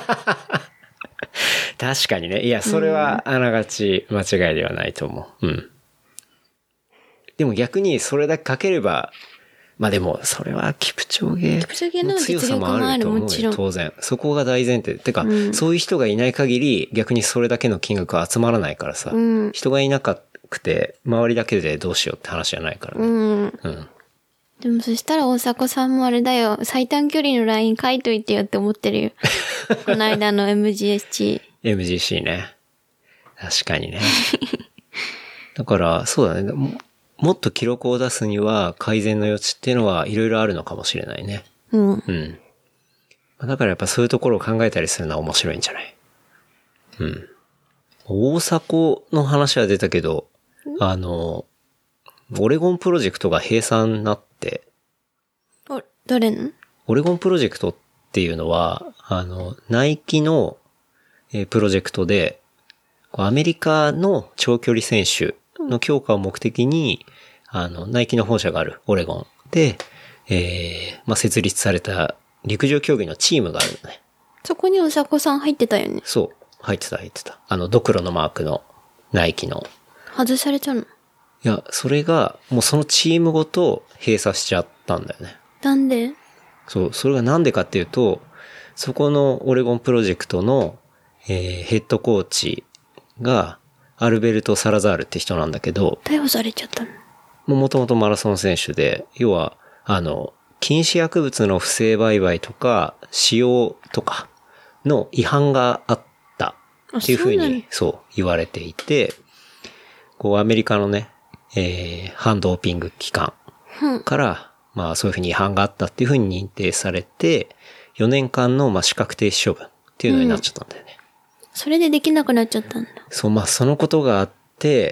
確かにね。いや、それはあながち間違いではないと思う。うん。でも逆にそれだけかければ、まあでも、それはキプチョゲの強さもあると思うよ、もちろん。当然。そこが大前提。てか、うん、そういう人がいない限り、逆にそれだけの金額は集まらないからさ。 うん、 人がいなくて、周りだけでどうしようって話じゃないからね。 うん。うん。でもそしたら大迫さんもあれだよ。最短距離のライン書いといてよって思ってるよ。この間の エムジーエスシー。 エムジーシー ね。確かにね。だから、そうだね。もっと記録を出すには改善の余地っていうのはいろいろあるのかもしれないね。 うん。 うん。だからやっぱそういうところを考えたりするのは面白いんじゃない？うん。大迫の話は出たけど、あの、オレゴンプロジェクトが閉鎖になって。 お、誰の？ オレゴンプロジェクトっていうのは、あの、ナイキの、えー、プロジェクトで、アメリカの長距離選手の強化を目的に、あの、ナイキの本社があるオレゴンで、えー、まあ、設立された陸上競技のチームがあるのね。 そこに大迫さん入ってたよね。 そう。入ってた、入ってた。あの、ドクロのマークのナイキの。 外されちゃうの？ いや、それが、もうそのチームごと閉鎖しちゃったんだよね。 なんで？ そう、それがなんでかっていうと、そこのオレゴンプロジェクトの、えー、ヘッドコーチがアルベルト・サラザールって人なんだけど、 逮捕されちゃったの？ もともとマラソン選手で、要は、あの、禁止薬物の不正売買とか、使用とかの違反があったっていうふうに、そう言われていて、こうアメリカのね、えー、反ドーピング機関から、うん、まあそういうふうに違反があったっていうふうに認定されて、よねんかんのまあ資格停止処分っていうのになっちゃったんだよね。 うん、それでできなくなっちゃったんだ。 そう、まあそのことがあって、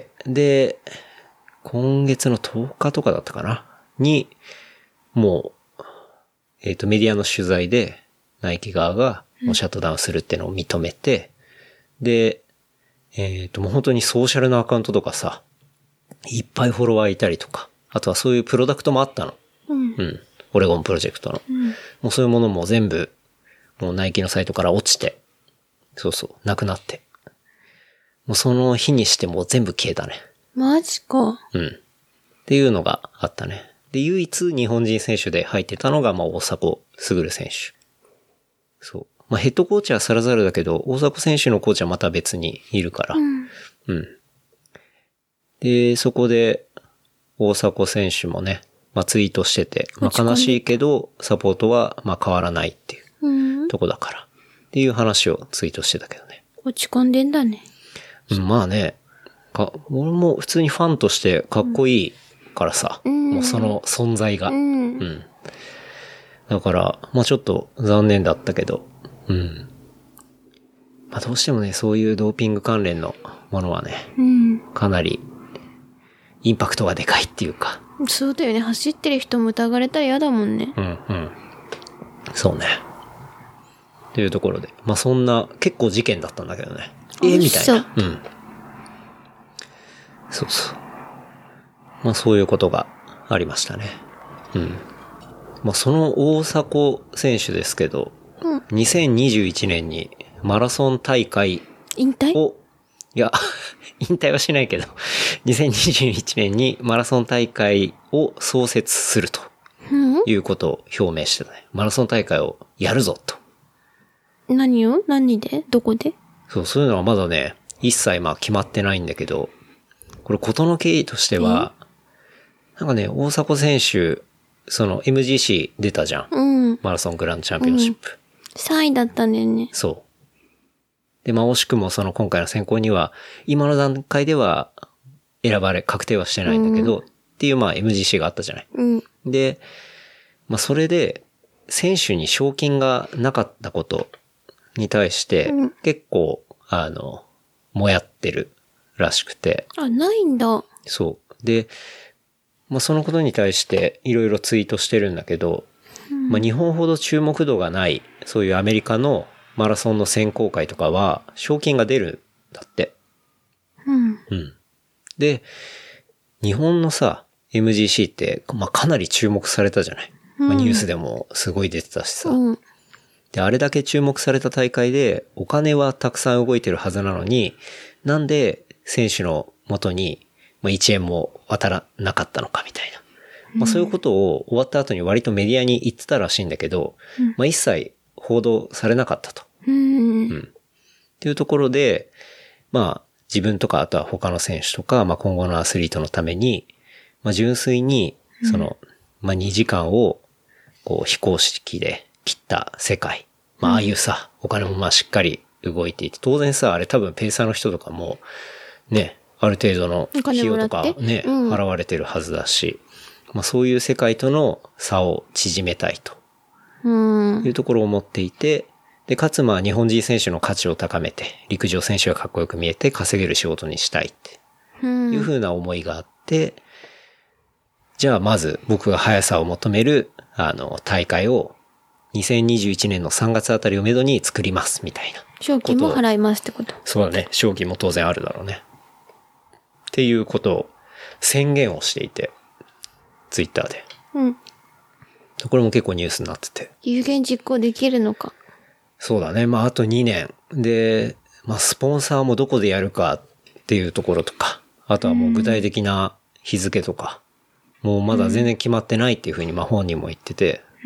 で、今月のとおかとかだったかなに、もう、えっと、メディアの取材で、ナイキ側が、もうシャットダウンするっていうのを認めて、うん、で、えっと、もう本当にソーシャルのアカウントとかさ、いっぱいフォロワーいたりとか、あとはそういうプロダクトもあったの。うん。うん。オレゴンプロジェクトの。うん、もうそういうものも全部、もうナイキのサイトから落ちて、そうそう、なくなって。もうその日にしてもう全部消えたね。 マジか。 うん。っていうのがあったね。で、唯一日本人選手で入ってたのが、まあ、大迫傑選手。そう。まあ、ヘッドコーチはサラザルだけど、大迫選手のコーチはまた別にいるから。うん。うん。で、そこで、大迫選手もね、まあ、ツイートしてて、まあ、悲しいけど、サポートは、まあ、変わらないっていうとこだから。っていう話をツイートしてたけどね。 落ち込んでんだね。 うん、まあね。か、俺も普通にファンとしてかっこいいからさ、うん、もうその存在が、うん、うん。だから、まあちょっと残念だったけど、うん。まあどうしてもね、そういうドーピング関連のものはね、うん、かなりインパクトがでかいっていうか。 そうだよね、走ってる人も疑われたら嫌だもんね。 うんうん。そうね。というところで、まあそんな結構事件だったんだけどね。えー、みたいな。うん。そうそう。まあそういうことがありましたね。うん。まあその大迫選手ですけど、うん、にせんにじゅういちねんにマラソン大会を、 引退？ いや、引退はしないけど、にせんにじゅういちねんにマラソン大会を創設するということを表明してたね。マラソン大会をやるぞと。 何を？何で？どこで？ そう、そういうのはまだね、一切まあ決まってないんだけど、これ事の経緯としては、なんかね、大迫選手、その エムジーシー 出たじゃん。うん。マラソングランドチャンピオンシップ。うん、 さんいだったんだよね。 そう。で、まあ惜しくもその今回の選考には、今の段階では選ばれ、確定はしてないんだけど、うん、っていうまあ エムジーシー があったじゃない。うん。で、まあそれで、選手に賞金がなかったことに対して、うん、結構、あの、もやってるらしくて。 あ、ないんだ。 そう。で、まあそのことに対していろいろツイートしてるんだけど、うん、まあ日本ほど注目度がない、そういうアメリカのマラソンの選考会とかは、賞金が出るんだって。うん。うん。で、日本のさ、エムジーシー って、まあかなり注目されたじゃない。うん、まあ、ニュースでもすごい出てたしさ。うん、で、あれだけ注目された大会で、お金はたくさん動いてるはずなのに、なんで選手の元に、まあ、いちえんも渡らなかったのかみたいな。まあそういうことを終わった後に割とメディアに言ってたらしいんだけど、うん、まあ一切報道されなかったと。うん。うん。っていうところで、まあ自分とかあとは他の選手とか、まあ今後のアスリートのために、まあ純粋に、その、うん、まあにじかんを、こう非公式で切った世界。まあああいうさ、お金もまあしっかり動いていて、当然さ、あれ多分ペーサーの人とかも、ね、ある程度の費用とかね、うん、払われてるはずだし、まあそういう世界との差を縮めたいと。いうところを持っていて、で、かつまあ日本人選手の価値を高めて、陸上選手がかっこよく見えて稼げる仕事にしたいっていうふうな思いがあって、じゃあまず僕が速さを求める、あの、大会をにせんにじゅういちねんのさんがつあたりをめどに作りますみたいな。 賞金も払いますってこと？ そうだね。賞金も当然あるだろうね。っていうことを宣言をしていて、ツイッターで。うん。これも結構ニュースになってて。 有言実行できるのか。 そうだね。まああとにねん。で、まあスポンサーもどこでやるかっていうところとか、あとはもう具体的な日付とか、 もうまだ全然決まってないっていうふうにまあ本人も言ってて、 うん、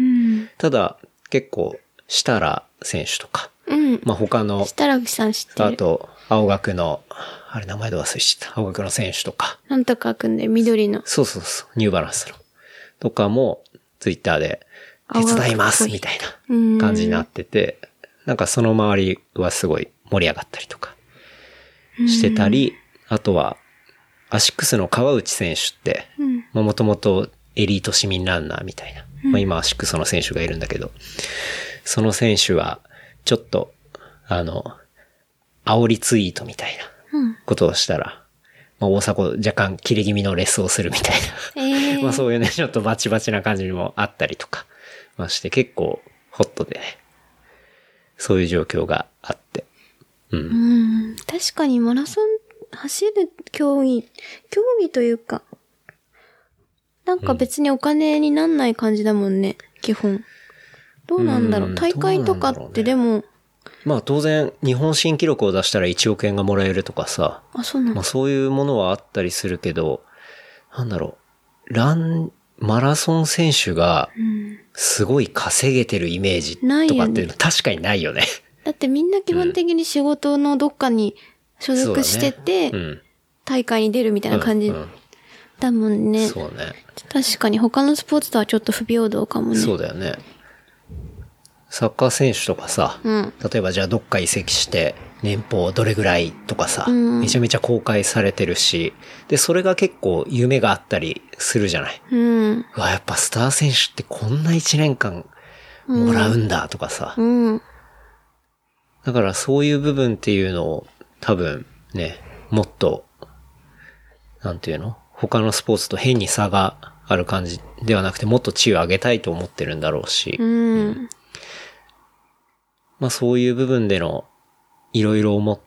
ただ結構設楽選手とか、 うん、 まあ他の、 設楽さん知ってる。 あと青学の、あれ名前で忘れちゃった、青学の選手とか。 なんとかくんで緑の。 そうそうそう、ニューバランスの。とかもツイッターで手伝いますみたいな感じになってて、なんかその周りはすごい盛り上がったりとかしてたり、あとはアシックスの川内選手って、もともとエリート市民ランナーみたいな、まあ、今アシックスの選手がいるんだけど、その選手はちょっとあの煽りツイートみたいなことをしたら、まあ、大迫若干切れ気味のレスをするみたいな、えー、まあそういうねちょっとバチバチな感じもあったりとか、まあ、して結構ホットでね、そういう状況があって、うん、 うん、確かにマラソン走る競技競技というか、なんか別にお金になんない感じだもんね、うん、基本。どうなんだろう、大会とかってでも、 まあ当然日本新記録を出したらいちおくえんがもらえるとかさ、 あ、そうなんだ。 まあそういうものはあったりするけど、なんだろう、ランマラソン選手がすごい稼げてるイメージとかっていうの確かにないよね。 だってみんな基本的に仕事のどっかに所属してて、うん、大会に出るみたいな感じだもんね。 そうね。 確かに他のスポーツとはちょっと不平等かもね。 そうだよね。サッカー選手とかさ、うん、例えばじゃあどっか移籍して年俸どれぐらいとかさ、うん、めちゃめちゃ公開されてるし、で、それが結構夢があったりするじゃない。うん、うわ、やっぱスター選手ってこんないちねんかんもらうんだとかさ、うんうん、だからそういう部分っていうのを多分ね、もっと、なんていうの？他のスポーツと変に差がある感じではなくて、もっと地位を上げたいと思ってるんだろうし、うんうん、まあそういう部分でのいろいろ思って、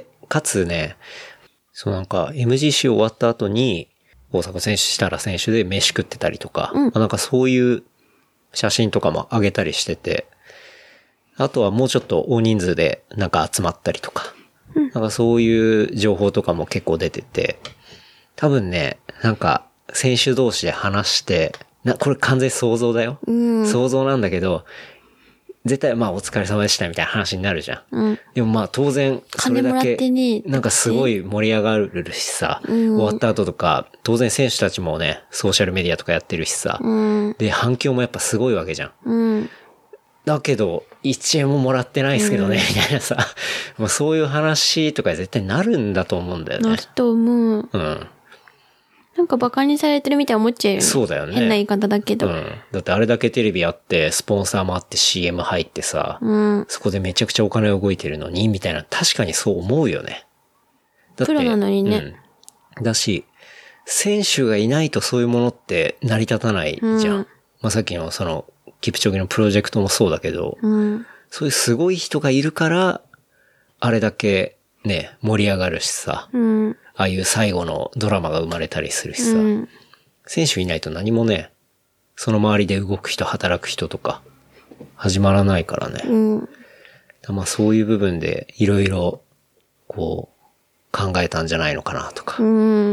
かつね、そうなんか エムジーシー 終わった後に、大迫選手、設楽選手で飯食ってたりとか、うん、まあ、なんかそういう写真とかも上げたりしてて、あとはもうちょっと大人数でなんか集まったりとか、うん、なんかそういう情報とかも結構出てて、多分ね、なんか選手同士で話して、な、これ完全想像だよ。うん、想像なんだけど、絶対まあお疲れ様でしたみたいな話になるじゃん。うん、でもまあ当然それだけなんかすごい盛り上がるしさ、うん、終わった後とか当然選手たちもねソーシャルメディアとかやってるしさ、うん、で反響もやっぱすごいわけじゃん。うん、だけどいちえんももらってないですけどね、うん、みたいなさ、もうそういう話とか絶対なるんだと思うんだよね。 なると思う。うん。なんかバカにされてるみたいに思っちゃうよね。 そうだよね。 変な言い方だけど。 うん。だってあれだけテレビあって、スポンサーもあって シーエム 入ってさ、うん、そこでめちゃくちゃお金動いてるのに、みたいな、確かにそう思うよね。 だってプロなのにね。 うん。だし、選手がいないとそういうものって成り立たないじゃん。うん、まあ、さっきのその、キプチョゲのプロジェクトもそうだけど、うん、そういうすごい人がいるから、あれだけね、盛り上がるしさ、うん、ああいう最後のドラマが生まれたりするしさ、うん、選手いないと何もね、その周りで動く人、働く人とか、始まらないからね。うん、まあそういう部分でいろいろ、こう、考えたんじゃないのかなとか、うん。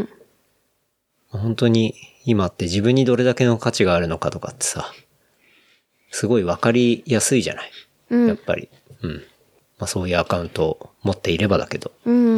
本当に今って自分にどれだけの価値があるのかとかってさ、すごいわかりやすいじゃない、うん、やっぱり。うん。まあそういうアカウントを持っていればだけど。うん。うん、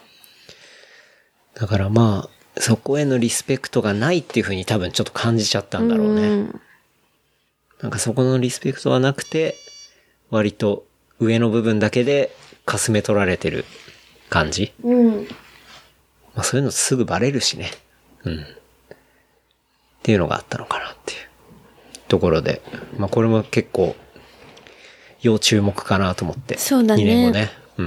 だからまあ、そこへのリスペクトがないっていう風に多分ちょっと感じちゃったんだろうね。うん、なんかそこのリスペクトはなくて、割と上の部分だけでかすめ取られてる感じ。うん。まあそういうのすぐバレるしね。うん。っていうのがあったのかなっていうところで、まあこれも結構要注目かなと思って。 そうだね。 にねんごね。うん。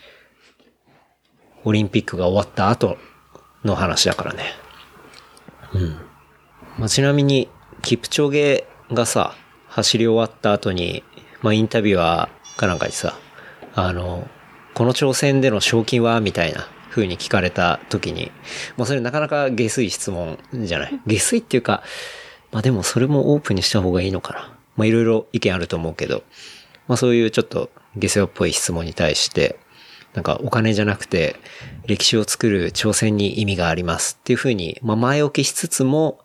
オリンピックが終わった後の話だからね。うん。まあ、ちなみに、キプチョゲがさ、走り終わった後に、まあ、インタビュアーかなんかにさ、あの、この挑戦での賞金はみたいな風に聞かれた時に、まあ、それなかなか下水質問じゃない。下水っていうか、まあ、でもそれもオープンにした方がいいのかな。まあ、いろいろ意見あると思うけど、まあ、そういうちょっと下世話っぽい質問に対して、なんかお金じゃなくて歴史を作る挑戦に意味がありますっていう風に、まあ前置きしつつも、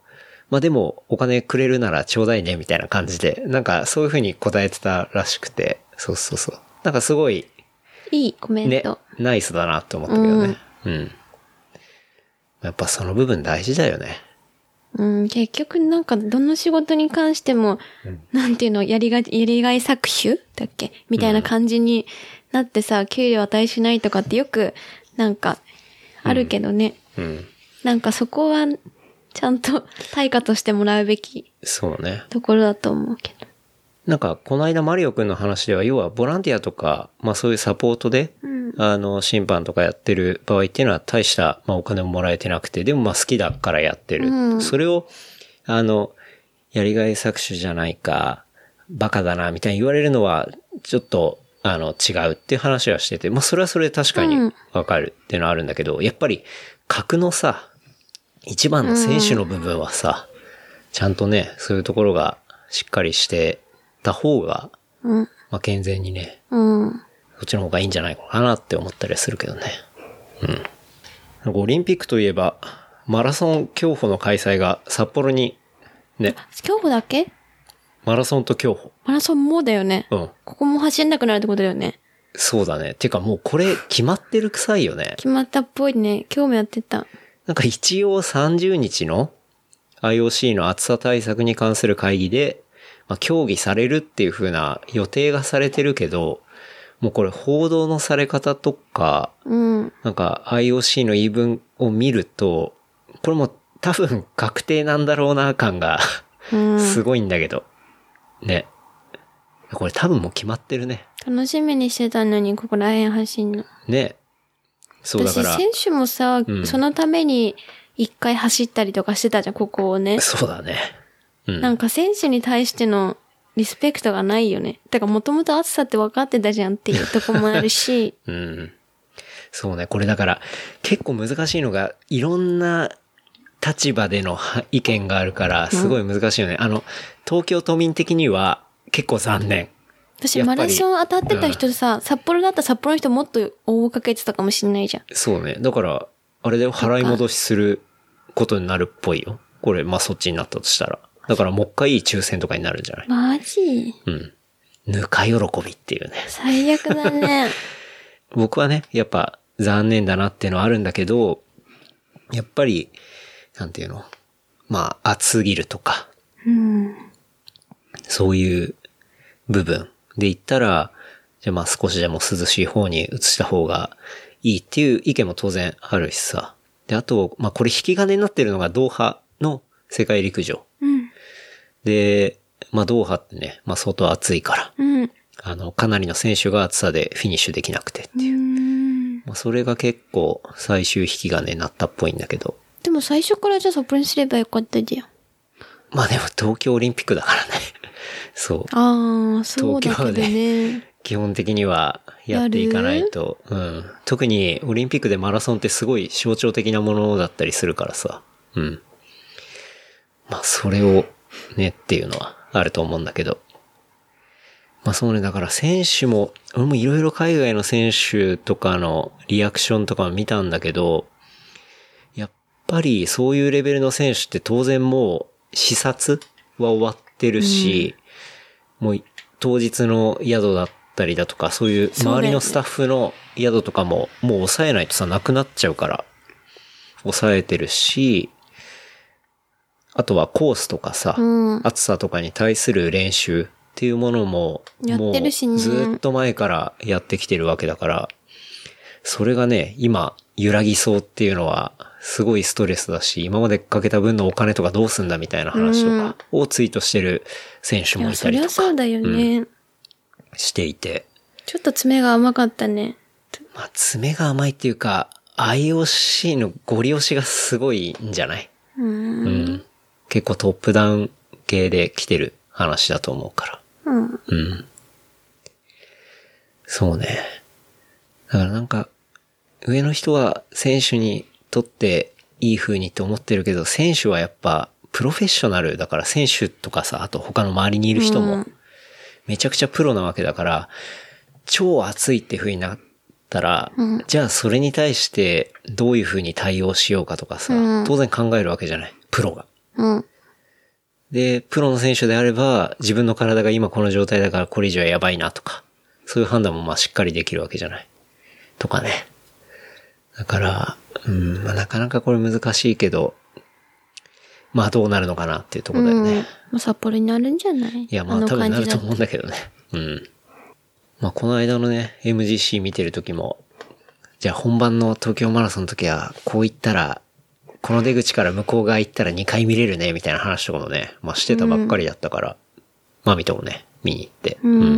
まあでもお金くれるならちょうだいねみたいな感じで、なんかそういう風に答えてたらしくて、そうそうそう。なんかすごい、 いいコメンねト。、 ナイスだなって思ったけどね。うん。うん、やっぱその部分大事だよね。 うん、結局なんかどの仕事に関しても、うん、なんていうの、やりがい、やりがい搾取だっけみたいな感じになってさ、うん、給料値しないとかってよく、なんか、あるけどね。うん。うん、なんかそこは、ちゃんと対価としてもらうべき。 そうね。 ところだと思うけど。 なんか、この間マリオくんの話では、要はボランティアとか、まあそういうサポートで、うん、あの、審判とかやってる場合っていうのは大した、まあお金ももらえてなくて、でもまあ好きだからやってる。うん、それを、あの、やりがい搾取じゃないか、バカだな、みたいに言われるのは、ちょっと、あの、違うっていう話はしてて、まあそれはそれで確かにわかるっていうのはあるんだけど、うん、やっぱり、格のさ、一番の選手の部分はさ、うん、ちゃんとね、そういうところがしっかりしてた方が、うん、まあ健全にね、うん、そっちの方がいいんじゃないかなって思ったりするけどね。うん。なんかオリンピックといえば、マラソン競歩の開催が札幌に、ね。 競歩だけ？ マラソンと競歩。 マラソンもだよね。うん。ここも走んなくなるってことだよね。 そうだね。てかもうこれ決まってる臭いよね。 決まったっぽいね。今日もやってた。 なんか一応さんじゅうにちの アイオーシー の暑さ対策に関する会議で、まあ、協議されるっていう風な予定がされてるけど、もうこれ報道のされ方とか、うん、なんか アイオーシー の言い分を見ると、これも多分確定なんだろうな感がすごいんだけど、うん、ね。これ多分もう決まってるね。 楽しみにしてたのにここら辺走んの。 ね。そうだから。 私選手もさ、うん、そのために一回走ったりとかしてたじゃん、ここをね。 そうだね。 うん、なんか選手に対してのリスペクトがないよね。だからもともと暑さって分かってたじゃんっていうとこもあるし。 うん。そうね。これだから結構難しいのがいろんな立場での意見があるからすごい難しいよね。うん、あの、東京都民的には結構残念。 私マラソン当たってた人さ、うん、札幌だったら札幌の人もっと大かけてたかもしんないじゃん。 そうね。だから、あれで払い戻しすることになるっぽいよ。これ、まあ、そっちになったとしたら。だからもう一回抽選とかになるんじゃない？ マジ？ うん。ぬか喜びっていうね。 最悪だね。 僕はね、やっぱ残念だなっていうのはあるんだけど、やっぱり、なんていうの？まあ、暑すぎるとか。うん。そういう部分。で言ったら、じゃあまあ少しでも涼しい方に移した方がいいっていう意見も当然あるしさ。で、あと、まあこれ引き金になってるのがドーハの世界陸上。うん、で、まあドーハってね、まあ相当暑いから、うん、あの、かなりの選手が暑さでフィニッシュできなくてっていう。うんまあそれが結構最終引き金になったっぽいんだけど。 でも最初からじゃあサプライすればよかったじゃん。 まあでも東京オリンピックだからね。そう。 ああ、そうだけどね。東京で基本的にはやっていかないと。うん。特にオリンピックでマラソンってすごい象徴的なものだったりするからさ。うん。まあそれをねっていうのはあると思うんだけど。まあそうね、だから選手も、俺もいろいろ海外の選手とかのリアクションとかも見たんだけど、やっぱりそういうレベルの選手って当然もう視察は終わってるし、うん、もう当日の宿だったりだとか、そういう周りのスタッフの宿とかももう抑えないとさ、なくなっちゃうから、抑えてるし、あとはコースとかさ、うん、暑さとかに対する練習っていうものも、もうずっと前からやってきてるわけだから、それがね、今揺らぎそうっていうのはすごいストレスだし、今までかけた分のお金とかどうすんだみたいな話とかをツイートしてる選手もいたりとか。いや、 そりゃそうだよね、うん。 していて。 ちょっと爪が甘かったね。 まあ、爪が甘いっていうか、アイオーシー のゴリ押しがすごいんじゃない？うん、うん。結構トップダウン系で来てる話だと思うから。うん。うん。そうね。だからなんか、上の人は選手にとっていい風にって思ってるけど、選手はやっぱプロフェッショナルだから、選手とかさ、あと他の周りにいる人もめちゃくちゃプロなわけだから、超熱いって風になったら、うん、じゃあそれに対してどういう風に対応しようかとかさ、うん、当然考えるわけじゃない。プロが。うん、 で、プロの選手であれば、自分の体が今この状態だからこれ以上はやばいなとか、そういう判断もまあしっかりできるわけじゃない。とかね。だから、うん、まあ、なかなかこれ難しいけど、まあどうなるのかなっていうところだよね。 うん、札幌になるんじゃない？ いやまあ多分なると思うんだけどね。うん。まあこの間のね、エムジーシー 見てる時も、じゃあ本番の東京マラソンの時は、こう言ったら、この出口から向こう側行ったらにかい見れるね、みたいな話とかもね、まあしてたばっかりだったから、うん、まあ見てもね、見に行って。 うん。うん、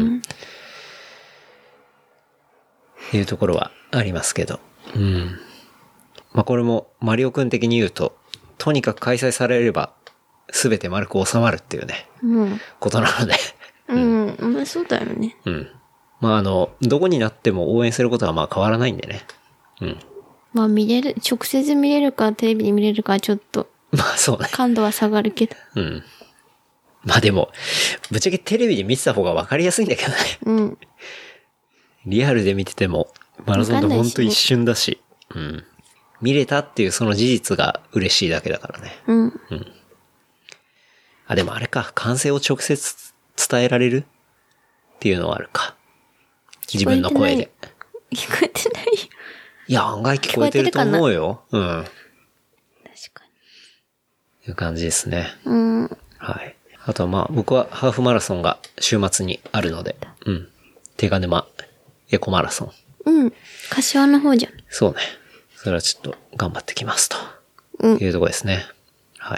っていうところはありますけど。うん。まあこれもマリオくん的に言うと、とにかく開催されれば、すべて丸く収まるっていうね、うん、ことなので。 うん、うん、まあそうだよね。 うん。まああの、どこになっても応援することはまあ変わらないんでね。うん。 まあ見れる、直接見れるかテレビで見れるかちょっと。 まあそうね。 感度は下がるけど。 うん。まあでも、ぶっちゃけテレビで見てた方が分かりやすいんだけどね。 うん。 リアルで見てても、マラソンってほんと一瞬だし。うん。見れたっていうその事実が嬉しいだけだからね。 うん。うん。 あ、でもあれか、感性を直接伝えられるっていうのはあるか。自分の声で。 聞こえてないよ。 いや、案外聞こえてると思うよ。うん。確かに。 いう感じですね。 うん。 はい。あとはまあ、僕はハーフマラソンが週末にあるので、うん。手賀沼エコマラソン。 うん。柏の方じゃん。 そうね。それはちょっと頑張ってきますと。 うん。 いうとこですね。はい。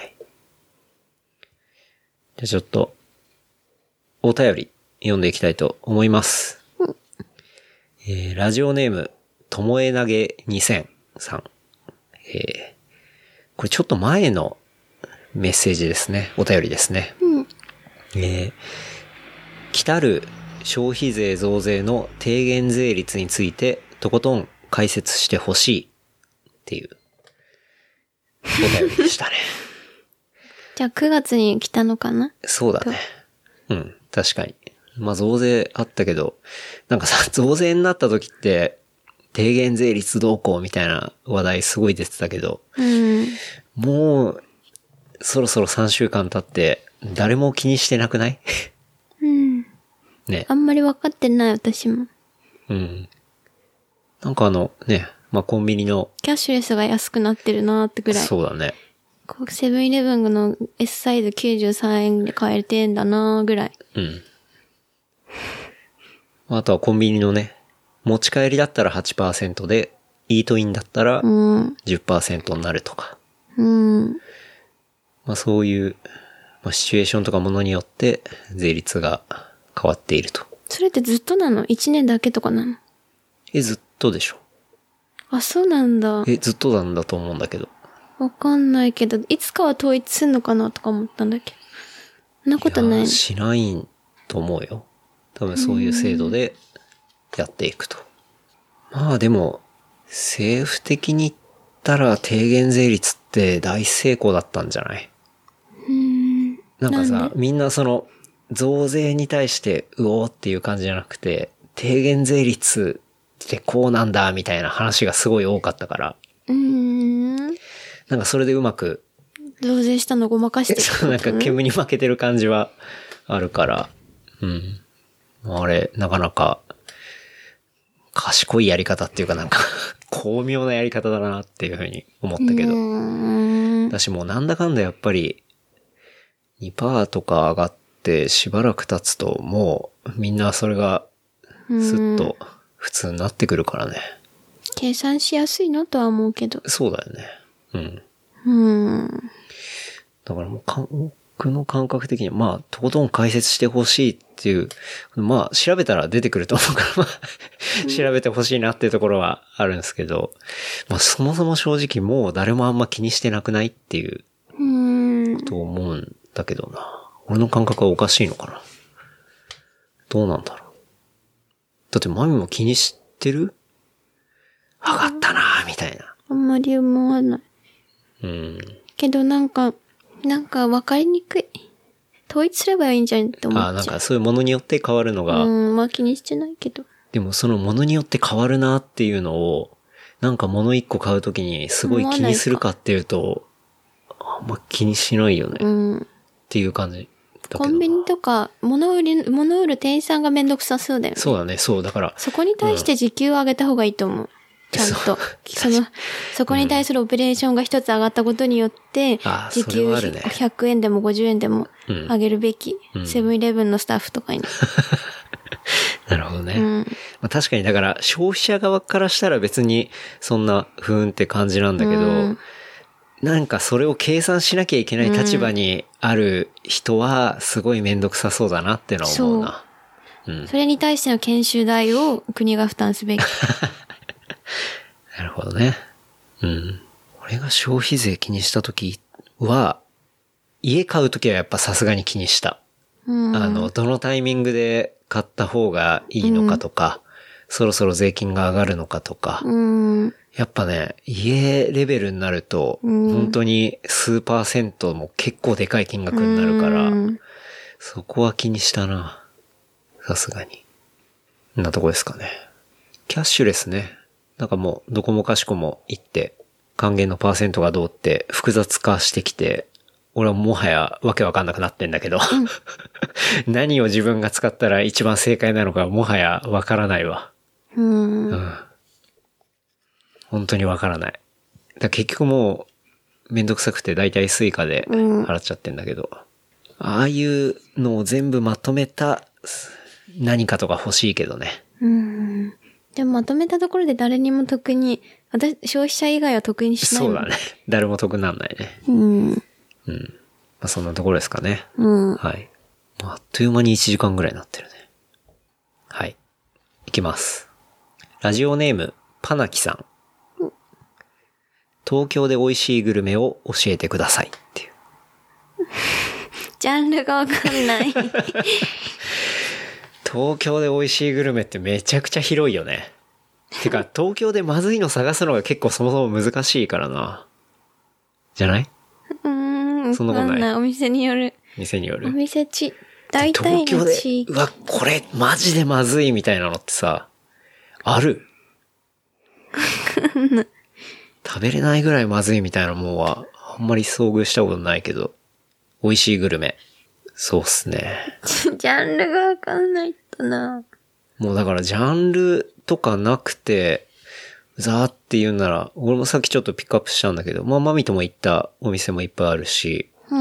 じゃあちょっと、お便り読んでいきたいと思います。 うん。 えー、ラジオネーム、ともえ投げにせんさん。えー、これちょっと前のメッセージですね。お便りですね。 うん。 えー、来たる消費税増税の低減税率についてとことん解説してほしいっていうお便りでしたね。 じゃあくがつに来たのかな？ そうだね。うん、確かに。まあ増税あったけど、なんかさ、増税になった時って、低減税率どうこうみたいな話題すごい出てたけど、 うん、 もう、そろそろさんしゅうかん経って、誰も気にしてなくない？ うん。 ね。 あんまり分かってない、私も。 うん。なんかあの、ね、まあコンビニの。 キャッシュレスが安くなってるなーってぐらい。 そうだね。 セブンイレブンの S サイズきゅうじゅうさんえんで買えてんだなーぐらい。 うん。あとはコンビニのね、持ち帰りだったら はちパーセント で、イートインだったら じゅっパーセント になるとか。 うん。 まあそういう、まあ、シチュエーションとかものによって税率が変わっていると。 それってずっとなの？ いち 年だけとかなの？ え、ずっとでしょ。 あ、そうなんだ。 え、ずっとなんだと思うんだけど。 わかんないけど、いつかは統一すんのかなとか思ったんだけど。そんなことないの？ いや、しないと思うよ。多分そういう制度でやっていくと。まあでも、政府的に言ったら低減税率って大成功だったんじゃない？ うーん。 なんかさ、 なんで？ みんなその、増税に対してうおーっていう感じじゃなくて、低減税率ってこうなんだみたいな話がすごい多かったから。 うーん。 なんかそれでうまく。 増税したのごまかしてる。 そう、なんか煙に負けてる感じはあるから。うん。あれ、なかなか、賢いやり方っていうかなんか、巧妙なやり方だなっていうふうに思ったけど。私もうなんだかんだやっぱり、にパーセントとか上がってしばらく経つともうみんなそれがスッと普通になってくるからね。 計算しやすいのとは思うけど。 そうだよね。うん。 うん。 だからもうか僕の感覚的にはまあとことん解説してほしいっていう、まあ調べたら出てくると思うからまあ調べてほしいなっていうところはあるんですけど、まあそもそも正直もう誰もあんま気にしてなくないっていうことを思うんだけどな。俺の感覚はおかしいのかな。どうなんだろう。だってマミも気にしてる？上がったなぁみたいな。 あんまり思わない。 うん。 けどなんか、なんか分かりにくい。統一すればいいんじゃんって思っちゃう。 ああ、なんかそういうものによって変わるのが。 うん、まあ気にしてないけど。 でもそのものによって変わるなっていうのを、なんか物一個買うときにすごい気にするかっていうと、あんま気にしないよね。 うん。 っていう感じ。 コンビニとか、物売り、物売る店員さんがめんどくさそうだよね。 そうだね、そう。だから。 そこに対して時給を上げた方がいいと思う。うん、ちゃんと。その、そこに対するオペレーションが一つ上がったことによって、うん、時給ひゃくえんでもごじゅうえんでも上げるべき。セブンイレブンのスタッフとかに。 なるほどね。 うんまあ、確かに、だから消費者側からしたら別にそんなふーんって感じなんだけど、うんなんかそれを計算しなきゃいけない立場にある人はすごいめんどくさそうだなってのは思うな。 そう、うん。それに対しての研修代を国が負担すべき。 なるほどね。うん。俺が消費税気にしたときは、家買うときはやっぱさすがに気にした。うん、あの、どのタイミングで買った方がいいのかとか、うん、そろそろ税金が上がるのかとか、うんやっぱね、家レベルになると、うん、本当に数パーセントも結構でかい金額になるから、うん、そこは気にしたな。さすがに。こんなとこですかね。キャッシュレスね。なんかもう、どこもかしこも行って、還元のパーセントがどうって複雑化してきて、俺はもはやわけわかんなくなってんだけど、うん、何を自分が使ったら一番正解なのかもはやわからないわ。うん、うん本当にわからない。だ結局もうめんどくさくてだいたいスイカで払っちゃってんだけど、うん、ああいうのを全部まとめた何かとか欲しいけどね。 うん。でもまとめたところで誰にも得に、私消費者以外は得にしないもん。 そうだね。誰も得なんないね。 うん。 うん。まあそんなところですかね。 うん。 はい。あっという間にいちじかんぐらいになってるね。はい。いきます。ラジオネームパナキさん。東京で美味しいグルメを教えてくださいっていう。 ジャンルがわかんない。 東京で美味しいグルメってめちゃくちゃ広いよね。てか、東京でまずいの探すのが結構そもそも難しいからな。じゃないうーん。 そんなことない。 ないお店による。 店による。 お店ち、大体の地域。東京で、うわ、これマジでまずいみたいなのってさ、ある食べれないぐらいまずいみたいなもんは、あんまり遭遇したことないけど、美味しいグルメ。そうっすね。 ジャンルがわかんないとな。 もうだからジャンルとかなくて、ザーって言うなら、俺もさっきちょっとピックアップしたんだけど、まあマミとも行ったお店もいっぱいあるし、 うん。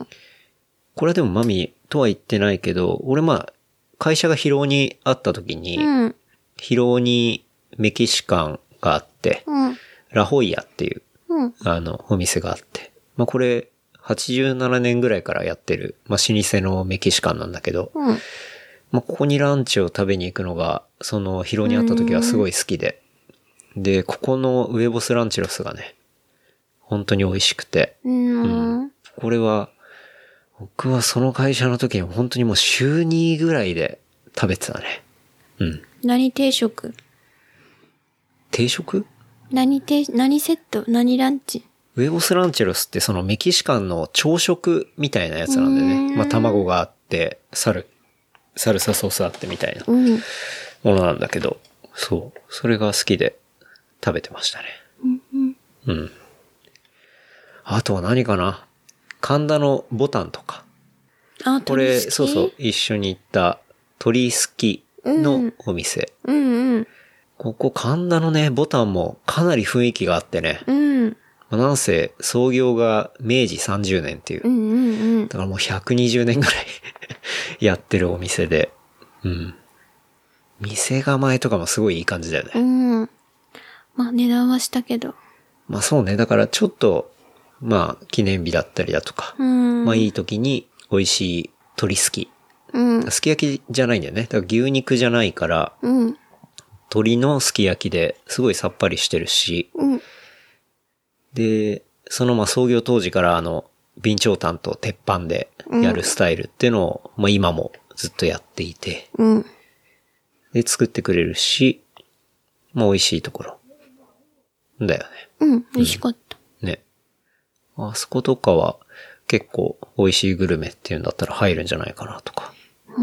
これはでもマミとは言ってないけど、俺まあ、会社が広尾にあった時に、うん、広尾にメキシカンがあって、 うんラホイヤっていう、 うん、 あの、お店があって。まあ、これ、はちじゅうななねんぐらいからやってる、まあ、老舗のメキシカンなんだけど、 うん、 まあ、ここにランチを食べに行くのが、その、広尾にあった時はすごい好きで。で、ここのウエボスランチロスがね、本当に美味しくて。 うん。 うん、これは、僕はその会社の時に本当にもう週にぐらいで食べてたね。うん。 何定食？ 定食？ 何て、何セット？何ランチ？ ウエボスランチェロスってそのメキシカンの朝食みたいなやつなんでね。まあ卵があって、サル、サルサソースあってみたいなものなんだけど、そう。それが好きで食べてましたね。 うん。 うん。あとは何かな？神田のボタンとか。 あ、 これ、そうそう、一緒に行った鳥すきのお店。 うん、うんうんここ神田のね、ボタンもかなり雰囲気があってね。 うん。 まあ、なんせ創業が明治さんじゅうねんっていう。 うんうんうん。 だからもうひゃくにじゅうねんぐらいやってるお店で。うん。店構えとかもすごいいい感じだよね。 うん。まあ値段はしたけど。 まあそうね。だからちょっと、まあ記念日だったりだとか。 うん。 まあいい時に美味しい鶏すき。 うん。 すき焼きじゃないんだよね。だから牛肉じゃないから。 うん。 鶏のすき焼きですごいさっぱりしてるし、 うん、 で、そのまあ創業当時からあの、備長炭と鉄板でやるスタイルっていうのを、うん、まあ今もずっとやっていて、 うん、 で、作ってくれるし、まあ美味しいところ。だよね。 うん、美味しかった。 うん、ね。あそことかは結構美味しいグルメっていうんだったら入るんじゃないかなとか。 うん。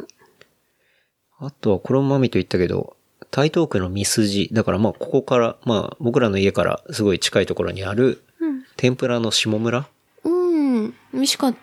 あとはこれもマミと言ったけど、台東区のミスジ。だからまあここから、まあ僕らの家からすごい近いところにある、天ぷらの下村、 うん、美味しかった。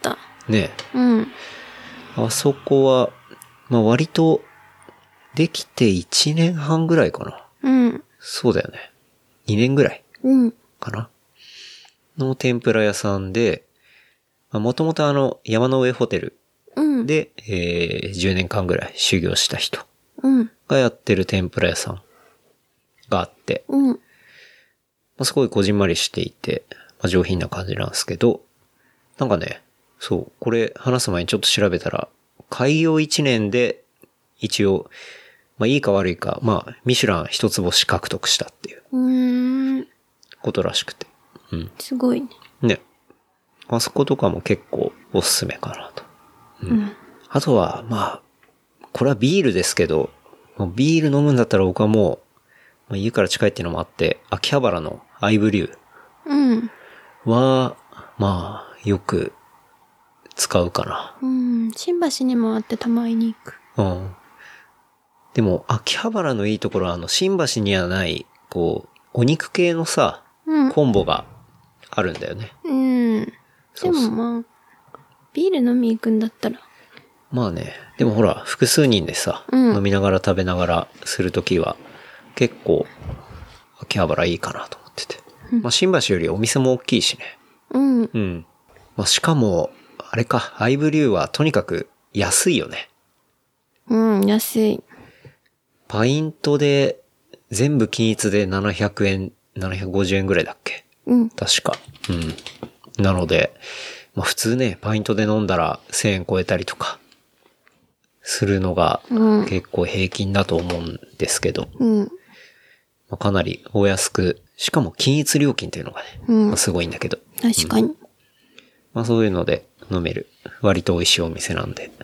ね。 うん。 あそこは、まあ割と、できていちねんはんぐらいかな。 うん。 そうだよね。にねんぐらい。 うん。 かな。の天ぷら屋さんで、もともとあの、山の上ホテルで、うん、えー、じゅうねんかんぐらい修行した人がやってる天ぷら屋さんがあって、 うんまあ、すごいこじんまりしていて、まあ、上品な感じなんですけど、なんかね、そう、これ話す前にちょっと調べたら、開業いちねんで一応、まあいいか悪いか、まあミシュラン一つ星獲得したっていううことらしくて。うん。 すごいね。 ね。あそことかも結構おすすめかなと。うん。うん、あとは、まあ、これはビールですけど、もうビール飲むんだったら僕はもう、まあ、家から近いっていうのもあって、秋葉原のアイブリューは、うん、まあ、よく使うかな。 うん。新橋にもあってたまに行く。 うん。でも、秋葉原のいいところは、あの、新橋にはない、こう、お肉系のさ、うん、コンボがあるんだよね。 うん。そうそうでもまあ、ビール飲み行くんだったら。 まあね、でもほら、複数人でさ、うん、飲みながら食べながらするときは、結構、秋葉原いいかなと思ってて。うん、まあ、新橋よりお店も大きいしね。 うん。 うん。まあ、しかも、あれか、アイブリューはとにかく安いよね。 うん、安い。 パイントで、全部均一でななひゃくえん、ななひゃくごじゅうえんぐらいだっけ？ うん。 確か。うん。なので、まあ普通ね、パイントで飲んだらせんえん超えたりとか、するのが結構平均だと思うんですけど、 うん。 まあ、かなりお安く、しかも均一料金っていうのがね、うんまあ、すごいんだけど。 確かに、うん。 まあそういうので飲める、割と美味しいお店なんで。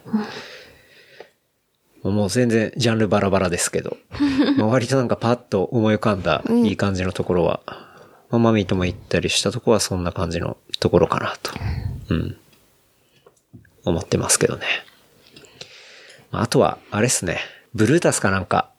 うん、もう全然ジャンルバラバラですけど、まあ割となんかパッと思い浮かんだいい感じのところは、まあマミーとも行ったりしたところはそんな感じのところかなと、うん、思ってますけどね。あとは、あれっすね、ブルータスかなんか、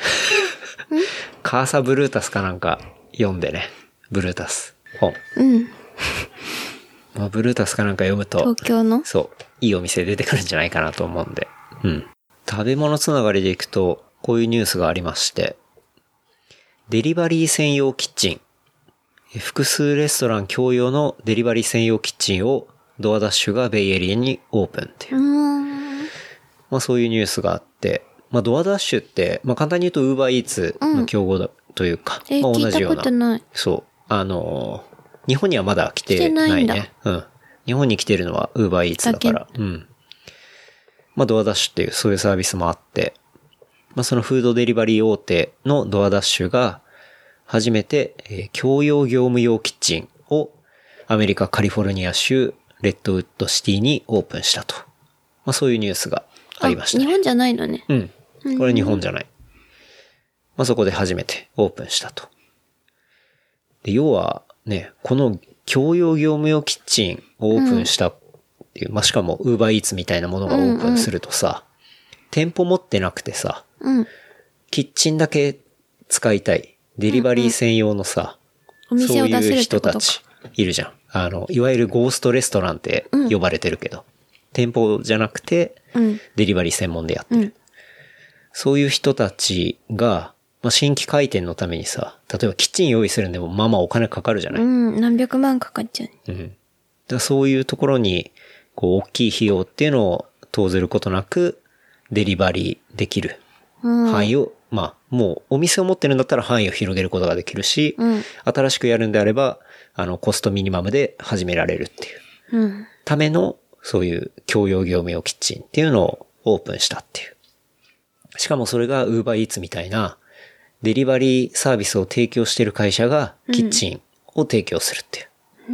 カーサブルータスかなんか読んでね、ブルータス本。 うん。 まあ、ブルータスかなんか読むと、 東京のそう、いいお店出てくるんじゃないかなと思うんで。うん。食べ物つながりでいくと、こういうニュースがありまして、デリバリー専用キッチン。複数レストラン共用のデリバリー専用キッチンをドアダッシュがベイエリアにオープンっていう。 うーんまあそういうニュースがあって、まあドアダッシュって、まあ簡単に言うとウーバーイーツの競合だというか、 うん、 まあ同じような。 聞いたことない。 そう。あのー、日本にはまだ来てないね。来てないんだ。うん。日本に来てるのはウーバーイーツだから。うん。まあドアダッシュっていうそういうサービスもあって、まあそのフードデリバリー大手のドアダッシュが初めて、えー、共用業務用キッチンをアメリカカリフォルニア州レッドウッドシティにオープンしたと。まあそういうニュースがありましたね。 日本じゃないのね。 うん。これ日本じゃない。まあそこで初めてオープンしたと。で、要はね、この共用業務用キッチンをオープンしたっていう、うん、まあしかも Uber Eats みたいなものがオープンするとさ、うんうん、店舗持ってなくてさ、 うん、 キッチンだけ使いたい、デリバリー専用のさ、うんうん、そういう人たちいるじゃん。あの、いわゆるゴーストレストランって呼ばれてるけど、うん、店舗じゃなくて、デリバリー専門でやってる。うん、そういう人たちが、まあ、新規開店のためにさ、例えばキッチン用意するんでもまあまあお金かかるじゃない？ うん、何百万かかっちゃう。 うん。だからそういうところに、こう、大きい費用っていうのを投ずることなく、デリバリーできる範囲を、うん、まあ、もうお店を持ってるんだったら範囲を広げることができるし、 うん、 新しくやるんであれば、あの、コストミニマムで始められるっていう、 うん、 ための、そういう共用業務用キッチンっていうのをオープンしたっていう。しかもそれが Uber Eats みたいなデリバリーサービスを提供している会社がキッチンを提供するっていう。 うん、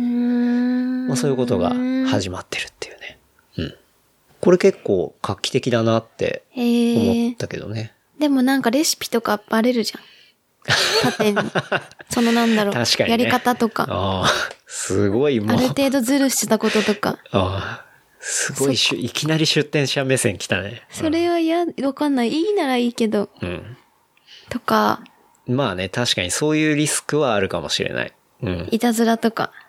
まあそういうことが始まってるっていうね。うん。これ結構画期的だなって思ったけどね。 でもなんかレシピとかバレるじゃん。縦に。そのなんだろう。 確かにね。 やり方とか。 ああ、すごいもう。 ある程度ズルしたこととか。 ああ。すごいしゅ、いきなり出店者目線来たね。 それは嫌、わかんない。いいならいいけど。 うん。 とか。 まあね、確かにそういうリスクはあるかもしれない。うん。 いたずらとか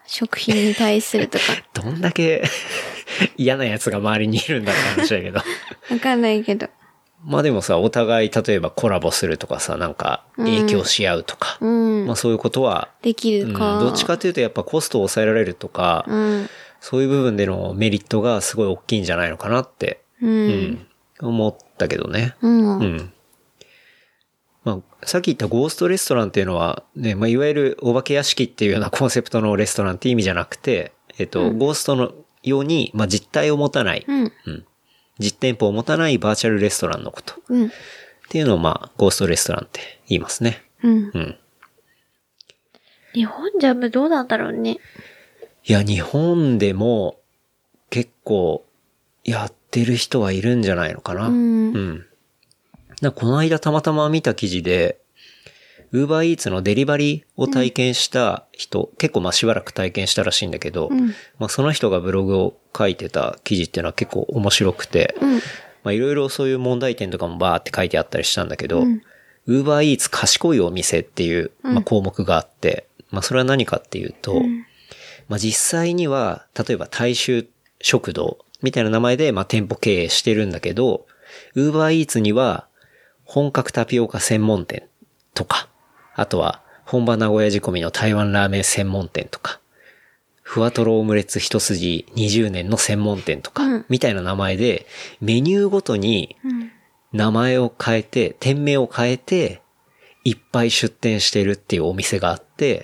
食品に対するとか。 どんだけ嫌なやつが周りにいるんだって話だけど。 わかんないけど。 まあでもさ、お互い例えばコラボするとかさ、なんか影響し合うとか、うん、まあそういうことはできるか、 うん。どっちかというとやっぱコストを抑えられるとか、うん、そういう部分でのメリットがすごい大きいんじゃないのかなって、うんうん、思ったけどね。うん。うん、まあさっき言ったゴーストレストランっていうのはね、まあいわゆるお化け屋敷っていうようなコンセプトのレストランっていう意味じゃなくて、えっと、うん、ゴーストのように、まあ実体を持たない、うんうん実店舗を持たないバーチャルレストランのこと。うん、っていうのをまあ、ゴーストレストランって言いますね。うん。うん、 日本じゃどうなんだろうね。 いや、日本でも結構やってる人はいるんじゃないのかな。うん。うん、なんかこの間たまたま見た記事で、ウーバーイーツのデリバリーを体験した人、うん、結構まあしばらく体験したらしいんだけど、うん、まあその人がブログを書いてた記事っていうのは結構面白くて、うん、まあいろいろそういう問題点とかもバーって書いてあったりしたんだけど、ウーバーイーツ賢いお店っていうまあ項目があって、まあそれは何かっていうと、まあ実際には例えば大衆食堂みたいな名前でまあ店舗経営してるんだけど、ウーバーイーツには本格タピオカ専門店とか、あとは、本場名古屋仕込みの台湾ラーメン専門店とか、ふわとろオムレツ一筋にじゅうねんの専門店とか、うん、みたいな名前で、メニューごとに名前を変えて、店名を変えて、いっぱい出店してるっていうお店があって、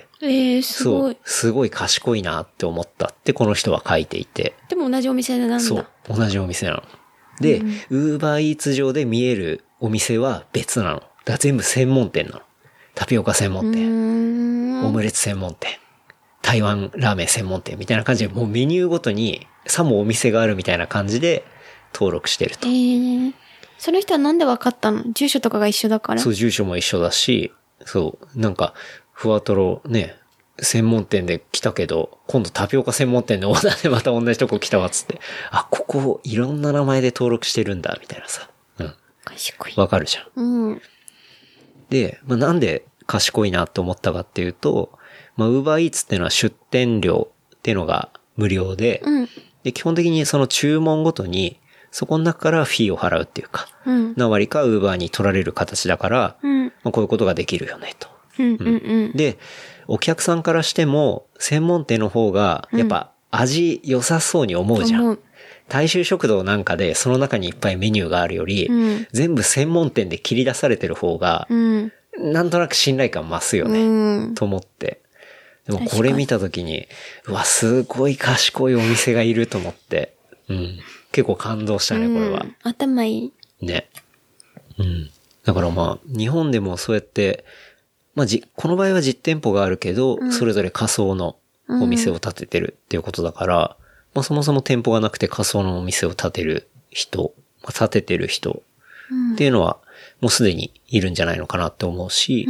えー、すごい。 そう、すごい賢いなって思ったってこの人は書いていて。 でも同じお店なんだ。 そう、同じお店なの。で、ウーバーイーツ上で見えるお店は別なの。だから全部専門店なの。タピオカ専門店、オムレツ専門店、台湾ラーメン専門店みたいな感じで、もうメニューごとにさもお店があるみたいな感じで登録してると。 えー、その人はなんで分かったの？住所とかが一緒だから？ そう、住所も一緒だし、そう、なんか、ふわとろね、専門店で来たけど、今度タピオカ専門店でオーダーでまた同じとこ来たわっつって、あ、ここいろんな名前で登録してるんだ、みたいなさ。うん。 賢い。 わかるじゃん。うん。で、まあ、なんで賢いなって思ったかっていうと、まあ、ウーバーイーツっていうのは出店料っていうのが無料で、うん、で、基本的にその注文ごとに、そこの中からフィーを払うっていうか、うん、何割かウーバーに取られる形だから、うん、まあ、こういうことができるよね、と、うんうんうん。で、お客さんからしても、専門店の方が、やっぱ味良さそうに思うじゃん。うん大衆食堂なんかでその中にいっぱいメニューがあるより、うん、全部専門店で切り出されてる方が、うん、なんとなく信頼感増すよね、うん、と思って。でもこれ見たときに、うわ、すごい賢いお店がいると思って、うん、結構感動したね、これは。うん、 頭いい。 ね。うん。だからまあ、日本でもそうやって、まあじ、この場合は実店舗があるけど、うん、それぞれ仮想のお店を建ててるっていうことだから、まあそもそも店舗がなくて仮想のお店を建てる人、建ててる人っていうのはもうすでにいるんじゃないのかなって思うし、うん、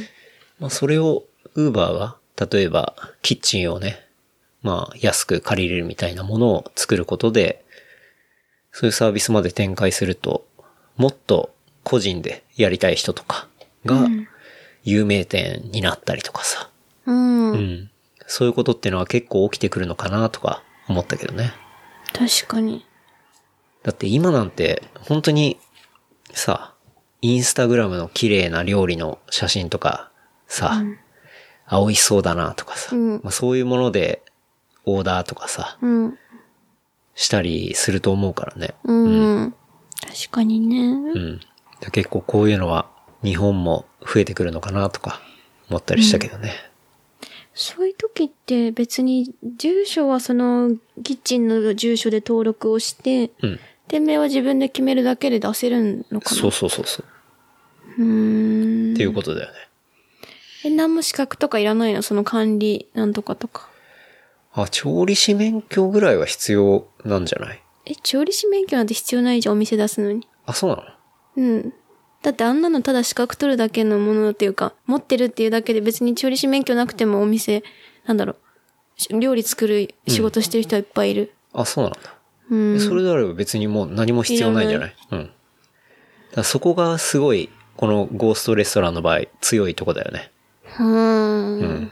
まあそれをウーバーが例えばキッチンをね、まあ安く借りれるみたいなものを作ることで、そういうサービスまで展開すると、もっと個人でやりたい人とかが有名店になったりとかさ、うん、うん、そういうことっていうのは結構起きてくるのかなとか、思ったけどね。 確かに。 だって今なんて本当にさ、インスタグラムの綺麗な料理の写真とかさ、うん、あ、美味しそうだなとかさ、うん、まあ、そういうものでオーダーとかさ、うん、したりすると思うからね。 うん。うん、確かにね。 うん。結構こういうのは日本も増えてくるのかなとか思ったりしたけどね。うんそういう時って別に住所はそのキッチンの住所で登録をして、うん、店名は自分で決めるだけで出せるのかな？ そうそうそうそう。 うーん。 っていうことだよね。 え、何も資格とかいらないの？その管理なんとかとか。 あ、調理師免許ぐらいは必要なんじゃない？ え、調理師免許なんて必要ないじゃん、お店出すのに。 あ、そうなの？ うん。だってあんなのただ資格取るだけのものっていうか、持ってるっていうだけで別に調理師免許なくてもお店、なんだろう、料理作る仕事してる人はいっぱいいる。 うん、あ、そうなんだ。うん。それであれば別にもう何も必要ないんじゃない？うん。だからそこがすごい、このゴーストレストランの場合、強いとこだよね。 うーん。うん。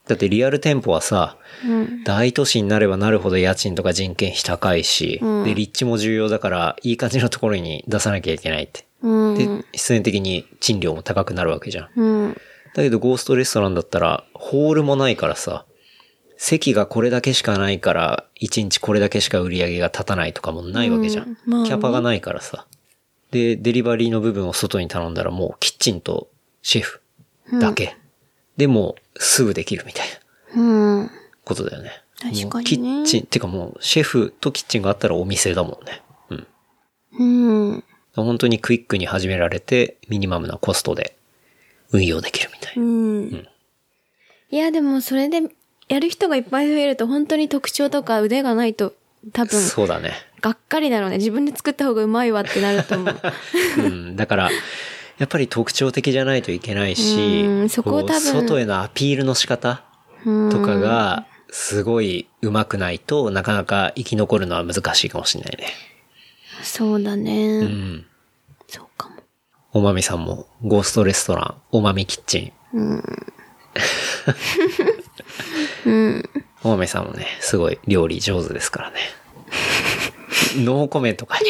だってリアル店舗はさ、うん、大都市になればなるほど家賃とか人件費高いし、うん、で、立地も重要だから、いい感じのところに出さなきゃいけないって。うん、で、必然的に賃料も高くなるわけじゃん。うん、だけど、ゴーストレストランだったら、ホールもないからさ、席がこれだけしかないから、いちにちこれだけしか売り上げが立たないとかもないわけじゃん。うんまあね、キャパがないからさ。で、デリバリーの部分を外に頼んだらもうキッチンとシェフだけ。うん、でもすぐできるみたいなことだよね。 確かにね。 キッチン、てかもうシェフとキッチンがあったらお店だもんね。うん。うん。本当にクイックに始められてミニマムなコストで運用できるみたいな。うん。うん、 いやでもそれでやる人がいっぱい増えると本当に特徴とか腕がないと多分。 そうだね。 がっかりだろうね。自分で作った方がうまいわってなると思う。 うん。だから、やっぱり特徴的じゃないといけないし、うんそこを多分外へのアピールの仕方とかがすごい上手くないとなかなか生き残るのは難しいかもしれないね。 そうだね。うん。そうかも。 おまみさんもゴーストレストラン、おまみキッチン。うん。うん。おまみさんもね、すごい料理上手ですからね。ノーコメントかい。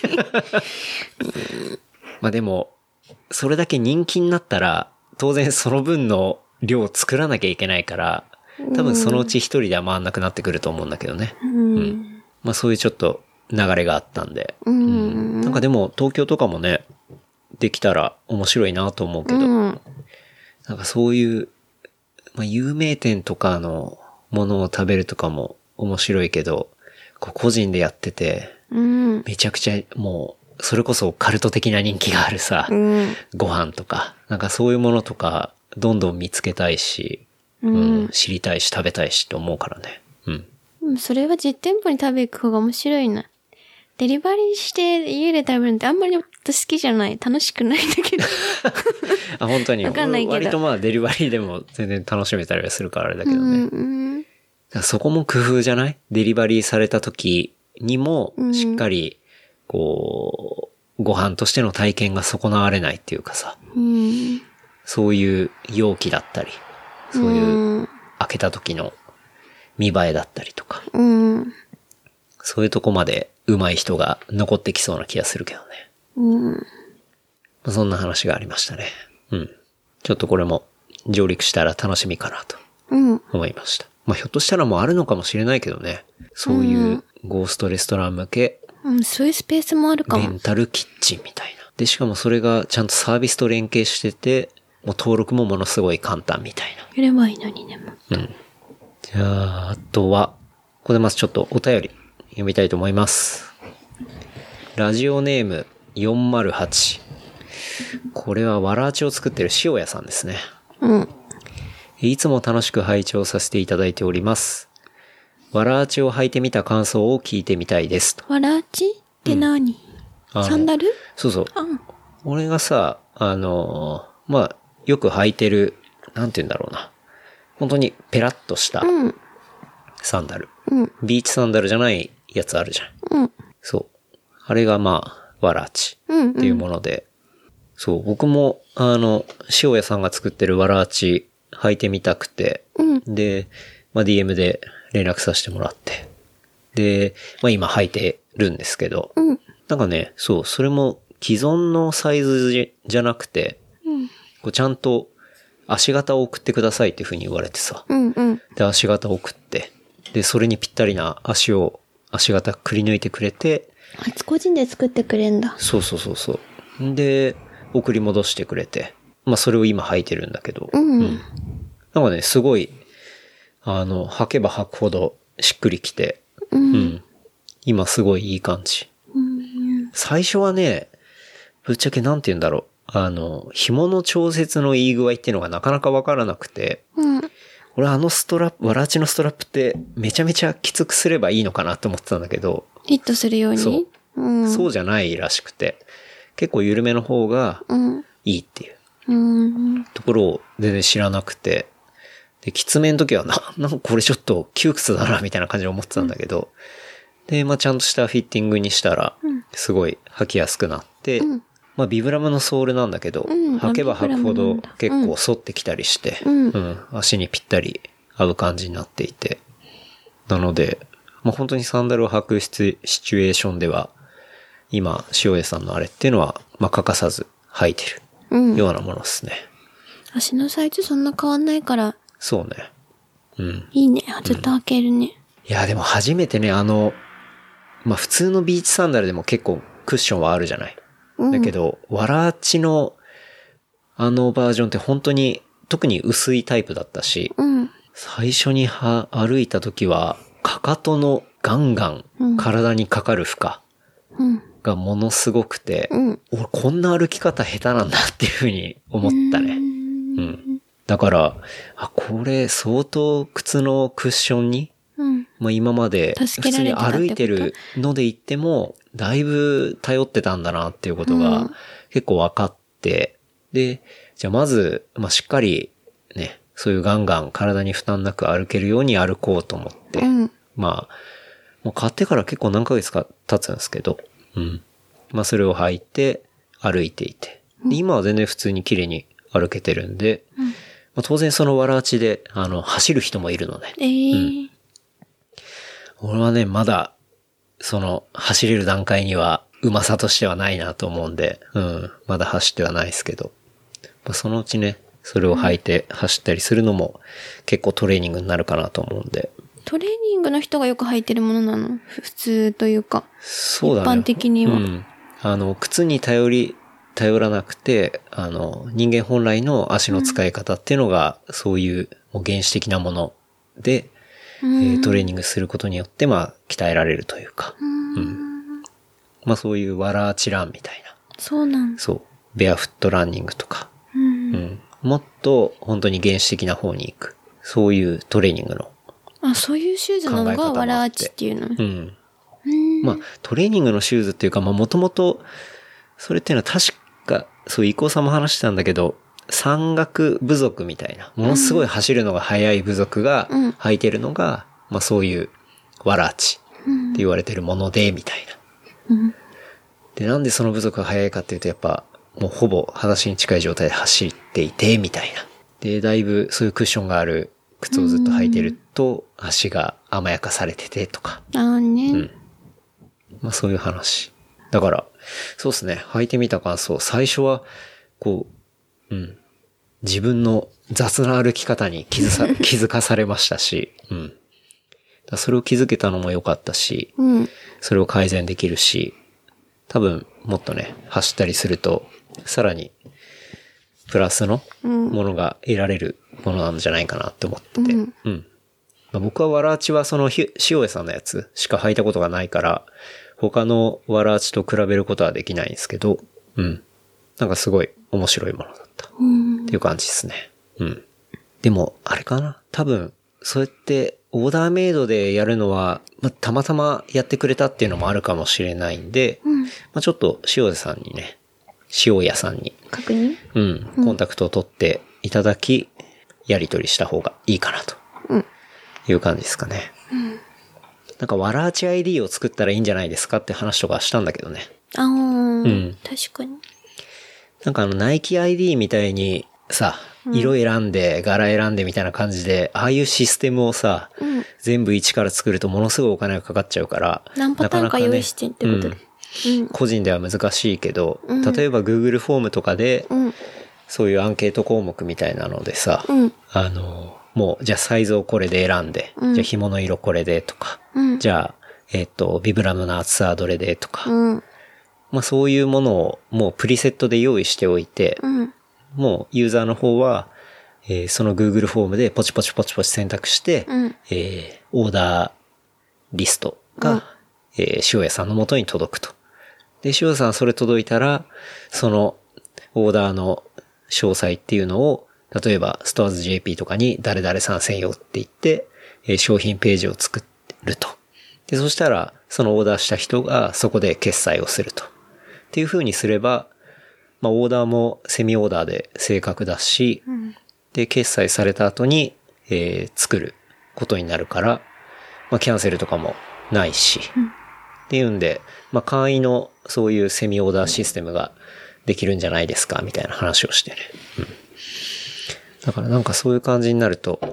まあでも、それだけ人気になったら、当然その分の量を作らなきゃいけないから、多分そのうち一人では回んなくなってくると思うんだけどね。うん。うん、まあそういうちょっと流れがあったんで。うん。うん、なんかでも東京とかもね、できたら面白いなと思うけど、うん、なんかそういう、まあ有名店とかのものを食べるとかも面白いけど、こう個人でやってて、うん、めちゃくちゃもう、それこそカルト的な人気があるさ、うん、ご飯とか、なんかそういうものとか、どんどん見つけたいし、うんうん、知りたいし食べたいしと思うからね。 うん。それは実店舗に食べ行く方が面白いな。デリバリーして家で食べるのってあんまり私好きじゃない。楽しくないんだけど。 あ、本当に。 わかんないけど。 割とまあデリバリーでも全然楽しめたりはするからあれだけどね。うんうん、だからそこも工夫じゃない？デリバリーされた時にもしっかり、こう、ご飯としての体験が損なわれないっていうかさ。うん、そういう容器だったり、そういう開けた時の見栄えだったりとか。うん、そういうとこまで上手い人が残ってきそうな気がするけどね。うん、そんな話がありましたね。うん。ちょっとこれも上陸したら楽しみかなと思いました。うん、まあひょっとしたらもうあるのかもしれないけどね。そういうゴーストレストラン向け、 うん、そういうスペースもあるかも。 レンタルキッチンみたいな。で、しかもそれがちゃんとサービスと連携してて、もう登録もものすごい簡単みたいな。 やればいいのにね。 うん。じゃあ、あとは、ここでまずちょっとお便り読みたいと思います。ラジオネームよんまるはち。これはわらあちを作ってる塩屋さんですね。うん。いつも楽しく拝聴させていただいております。わらあちを履いてみた感想を聞いてみたいですと。 わらあちって何、うん、サンダル？ そうそう。うん、俺がさ、あのー、まあ、よく履いてる、なんて言うんだろうな。本当にペラッとしたサンダル。うん、ビーチサンダルじゃないやつあるじゃん。うん、そう。あれがまあ、わらあちっていうもので、うんうん、そう、僕も、あの、塩屋さんが作ってるわらあち履いてみたくて、うん、で、まあ、ディーエム で連絡させてもらって、で、まあ、今履いてるんですけど、うん、なんかね、そう、それも既存のサイズじゃなくて、うん、こうちゃんと足型を送ってくださいっていう風に言われてさ、うんうん、で、足型を送って、で、それにぴったりな足を、足型くり抜いてくれて、 初個人で作ってくれんだ。 そうそうそうそう。で、送り戻してくれて、まあそれを今履いてるんだけど、うんうん、なんかね、すごい、あの、履けば履くほどしっくりきて、うん、うん、今すごいいい感じ、うん。最初はね、ぶっちゃけなんて言うんだろう、あの、紐の調節のいい具合っていうのがなかなかわからなくて、うん、俺あのストラップ、わらあちのストラップってめちゃめちゃきつくすればいいのかなって思ってたんだけど、 フィットするように？ そう、うん。そうじゃないらしくて、結構緩めの方がいいっていう、うん、ところを全然知らなくて、で、きつめの時はな、なんかこれちょっと窮屈だなみたいな感じで思ってたんだけど、うん、で、まあちゃんとしたフィッティングにしたら、すごい履きやすくなって、うん、まあビブラムのソールなんだけど、うん、履けば履くほど結構反ってきたりして、うんうん、足にぴったり合う感じになっていて。なので、まあ、本当にサンダルを履くシチュエーションでは、今、塩江さんのあれっていうのは、まあ、欠かさず履いてるようなものですね。 うん、足のサイズそんな変わんないから。 そうね。うん。 いいね。ずっと履けるね。 うん、いや、でも初めてね、あの、まあ、普通のビーチサンダルでも結構クッションはあるじゃない。うん、だけど、わらあちのあのバージョンって本当に特に薄いタイプだったし、うん、最初には歩いた時は、かかとのガンガン体にかかる負荷がものすごくて、うん、俺こんな歩き方下手なんだっていうふうに思ったね。うん。だから、あ、これ相当靴のクッションに、うん、まあ今まで普通に歩いてるので言っても、だいぶ頼ってたんだなっていうことが結構分かって、うん、で、じゃあまず、まあしっかりね、そういうガンガン体に負担なく歩けるように歩こうと思って、うん、まあ、もう買ってから結構何ヶ月か経つんですけど、うん。まあそれを履いて歩いていて、で今は全然普通に綺麗に歩けてるんで、うん、まあ、当然そのわらあちで、あの、走る人もいるので、 えーうん俺はね、まだ、その、走れる段階には、うまさとしてはないなと思うんで、うん、まだ走ってはないですけど、まあ、そのうちね、それを履いて走ったりするのも、結構トレーニングになるかなと思うんで。 トレーニングの人がよく履いてるものなの？普通というか。 そうだね。 一般的には。 うん。あの、靴に頼り、頼らなくて、あの、人間本来の足の使い方っていうのが、うん、そういう、もう原始的なもので、えー、トレーニングすることによって、まあ、鍛えられるというか。うん。うん、まあ、そういうわらあちランみたいな。 そうなんだ。 そう。ベアフットランニングとか。うん。うん、もっと、本当に原始的な方に行く。そういうトレーニングの。 あ、そういうシューズなのがわらあちっていうの。うん。 うんまあ、トレーニングのシューズっていうか、まあ、もともと、それっていうのは確か、そう、伊藤さんも話してたんだけど、山岳部族みたいな、ものすごい走るのが速い部族が履いてるのが、うん、まあそういうわらあちって言われてるもので、みたいな、うん。で、なんでその部族が速いかっていうと、やっぱもうほぼ裸足に近い状態で走っていて、みたいな。で、だいぶそういうクッションがある靴をずっと履いてると、足が甘やかされててとか。 ああね。うん。 まあそういう話。だから、そうですね、履いてみた感想。最初は、こう、うん。自分の雑な歩き方に気づさ、気づかされましたし、うん。だそれを気づけたのも良かったし、うん、それを改善できるし、多分もっとね、走ったりすると、さらに、プラスのものが得られるものなんじゃないかなって思ってて、うん。うん、まあ、僕はわらあちはその、塩江さんのやつしか履いたことがないから、他のわらあちと比べることはできないんですけど、うん。なんかすごい面白いものだった。っていう感じですね。うん。でも、あれかな多分、そうやってオーダーメイドでやるのは、まあ、たまたまやってくれたっていうのもあるかもしれないんで、うん、まあ、ちょっと塩屋さんにね、塩屋さんに、 確認うん、コンタクトを取っていただき、やり取りした方がいいかなと。いう感じですかね。うん、なんか、わらあち アイディー を作ったらいいんじゃないですかって話とかしたんだけどね。 ああ、うん、確かに。 なんかあの、ナイキ アイディー みたいにさ、色選んで、柄選んでみたいな感じで、ああいうシステムをさ、うん、全部一から作るとものすごいお金がかかっちゃうから、 何パターンか用意してってことで、ねうん、個人では難しいけど、うん、例えば Google フォームとかで、うん、そういうアンケート項目みたいなのでさ、うん、あの、もう、じゃあサイズをこれで選んで、うん、じゃあ紐の色これでとか、うん、じゃあ、えっと、ビブラムの厚さはどれでとか、うんまあそういうものをもうプリセットで用意しておいて、うん、もうユーザーの方は、えー、その Google フォームでポチポチポチポチ選択して、うんえー、オーダーリストが、うんえー、塩屋さんの元に届くと。で、塩屋さんそれ届いたら、そのオーダーの詳細っていうのを、例えば ストアーズジェーピー とかに誰々さん専用って言って、えー、商品ページを作ると。で、そしたら、そのオーダーした人がそこで決済をすると。っていう風にすれば、まあオーダーもセミオーダーで正確だし、うん、で、決済された後に、えー、作ることになるから、まあキャンセルとかもないし、うん、っていうんで、まあ簡易のそういうセミオーダーシステムができるんじゃないですか、みたいな話をしてね。うん。だからなんかそういう感じになると、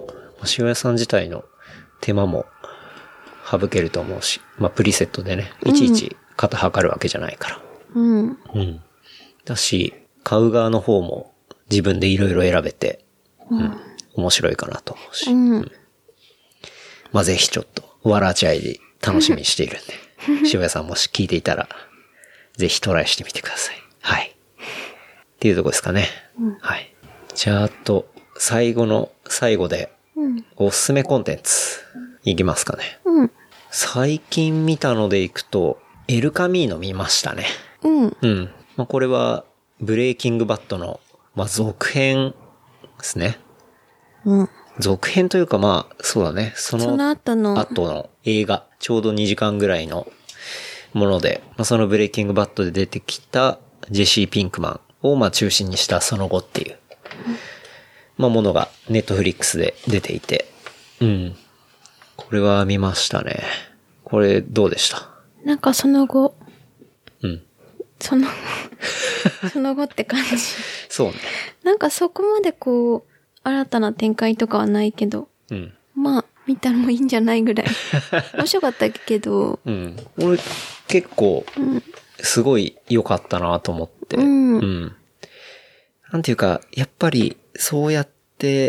塩屋さん自体の手間も省けると思うし、まあプリセットでね、いちいち型測るわけじゃないから。 うん。 うん。だし、買う側の方も自分でいろいろ選べて、うん、うん、面白いかなと思うし。うん。うん、まあぜひちょっと、わらちゃいで楽しみにしているんで、塩屋さんもし聞いていたら、ぜひトライしてみてください。はい。っていうとこですかね。うん、はい。じゃあ、あと、最後の最後で、うん、おすすめコンテンツ、いきますかね。うん。最近見たのでいくと、エルカミーノ見ましたね。うん。うん。まあ、これは、ブレイキングバットの、まあ、続編ですね。うん。続編というかまあ、そうだね。その、 その後の、 後の映画、ちょうどにじかんぐらいのもので、まあ、そのブレイキングバットで出てきたジェシー・ピンクマンをまあ中心にしたその後っていう、まあものがネットフリックスで出ていて、うん。これは見ましたね。これどうでした？ なんかその後。 うん。 その、その後って感じ。 そうね。 なんかそこまでこう、新たな展開とかはないけど、うん。まあ、見たらもいいんじゃないぐらい。面白かったけど。 うん。俺結構、すごい良かったなと思って。うん。うん。なんていうか、やっぱり、そうやって、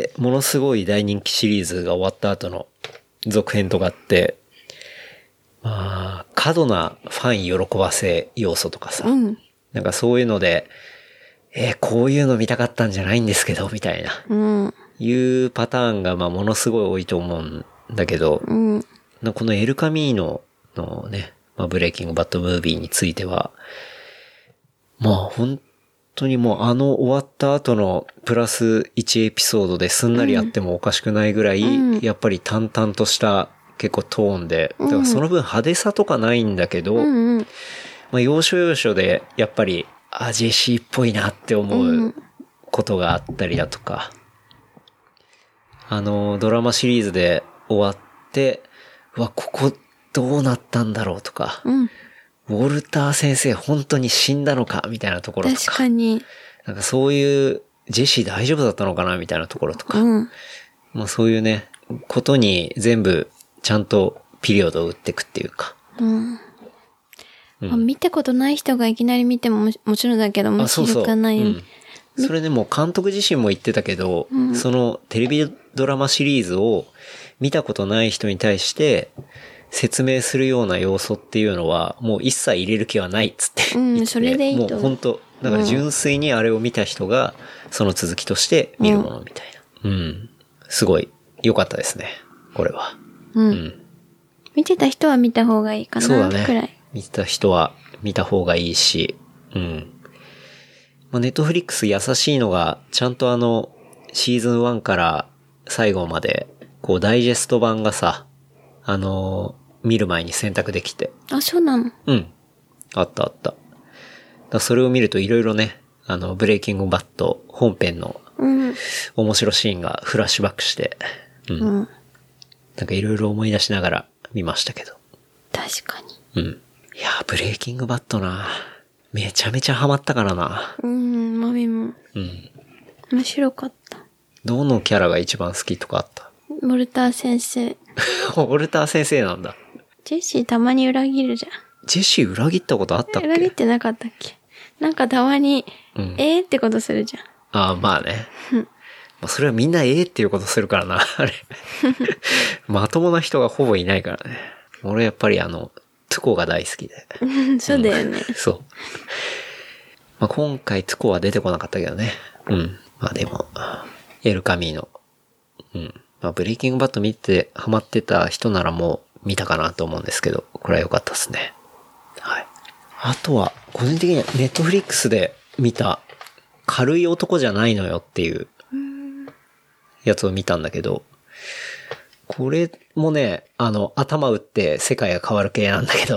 ものすごい大人気シリーズが終わった後の続編とかって、まあ、過度なファン喜ばせ要素とかさ、うん、なんかそういうので、えー、こういうの見たかったんじゃないんですけど、みたいな、うん、いうパターンがまあものすごい多いと思うんだけど、うん、このエルカミーノのね、まあ、ブレイキングバッドムービーについては、まあ本当にもうあの終わった後のプラスいちエピソードですんなりやってもおかしくないぐらい、うん、やっぱり淡々とした結構トーンで、だからその分派手さとかないんだけど、うんうん、まあ要所要所でやっぱり、あ、ジェシーっぽいなって思うことがあったりだとか、あの、ドラマシリーズで終わって、うわ、ここどうなったんだろうとか、うん、ウォルター先生本当に死んだのかみたいなところとか、 確かに。 なんかそういう、ジェシー大丈夫だったのかなみたいなところとか、うん、まあそういうね、ことに全部、ちゃんとピリオドを打っていくっていうか。うん。 うんまあ、見たことない人がいきなり見ても も, もちろんだけど、面白くない。 そうそう、うん。それでも監督自身も言ってたけど、うん、そのテレビドラマシリーズを見たことない人に対して説明するような要素っていうのはもう一切入れる気はないっつって言って。 うん、それでいいと。 もう本当だから純粋にあれを見た人がその続きとして見るものみたいな。うん。うん、すごい良かったですね。これは。 うん。うん、見てた人は見た方がいいかな。そうだね。くらい。 見てた人は見た方がいいし、うん。まあ、ネットフリックス優しいのが、ちゃんとあの、シーズンワンから最後まで、こうダイジェスト版がさ、あのー、見る前に選択できて。 あ、そうなの？ うん。あったあった。だそれを見るといろいろね、あの、ブレイキングバット本編の、面白シーンがフラッシュバックして、うん。うんなんかいろいろ思い出しながら見ましたけど。 確かに。 うん。いやー、ブレイキングバットな。めちゃめちゃハマったからな。 うん、マミも。うん。面白かった。 どのキャラが一番好きとかあった？ ウォルター先生。ウォルター先生なんだ。 ジェシーたまに裏切るじゃん。 ジェシー裏切ったことあったっけ？ 裏切ってなかったっけ？なんかたまに、うん、えーってことするじゃん。 ああ、まあね。それはみんなええっていうことするからな、あれ。まともな人がほぼいないからね。俺やっぱりあの、トゥコが大好きで。 そうだよね。 うん、そう。まあ、今回トゥコは出てこなかったけどね。うん。まあでも、エルカミーノ。うん。まあブレイキングバット見てハマってた人ならもう見たかなと思うんですけど、これは良かったですね。はい。あとは、個人的にはネットフリックスで見た、軽い男じゃないのよっていう、やつを見たんだけど、これもね、あの、頭打って世界が変わる系なんだけど、うん、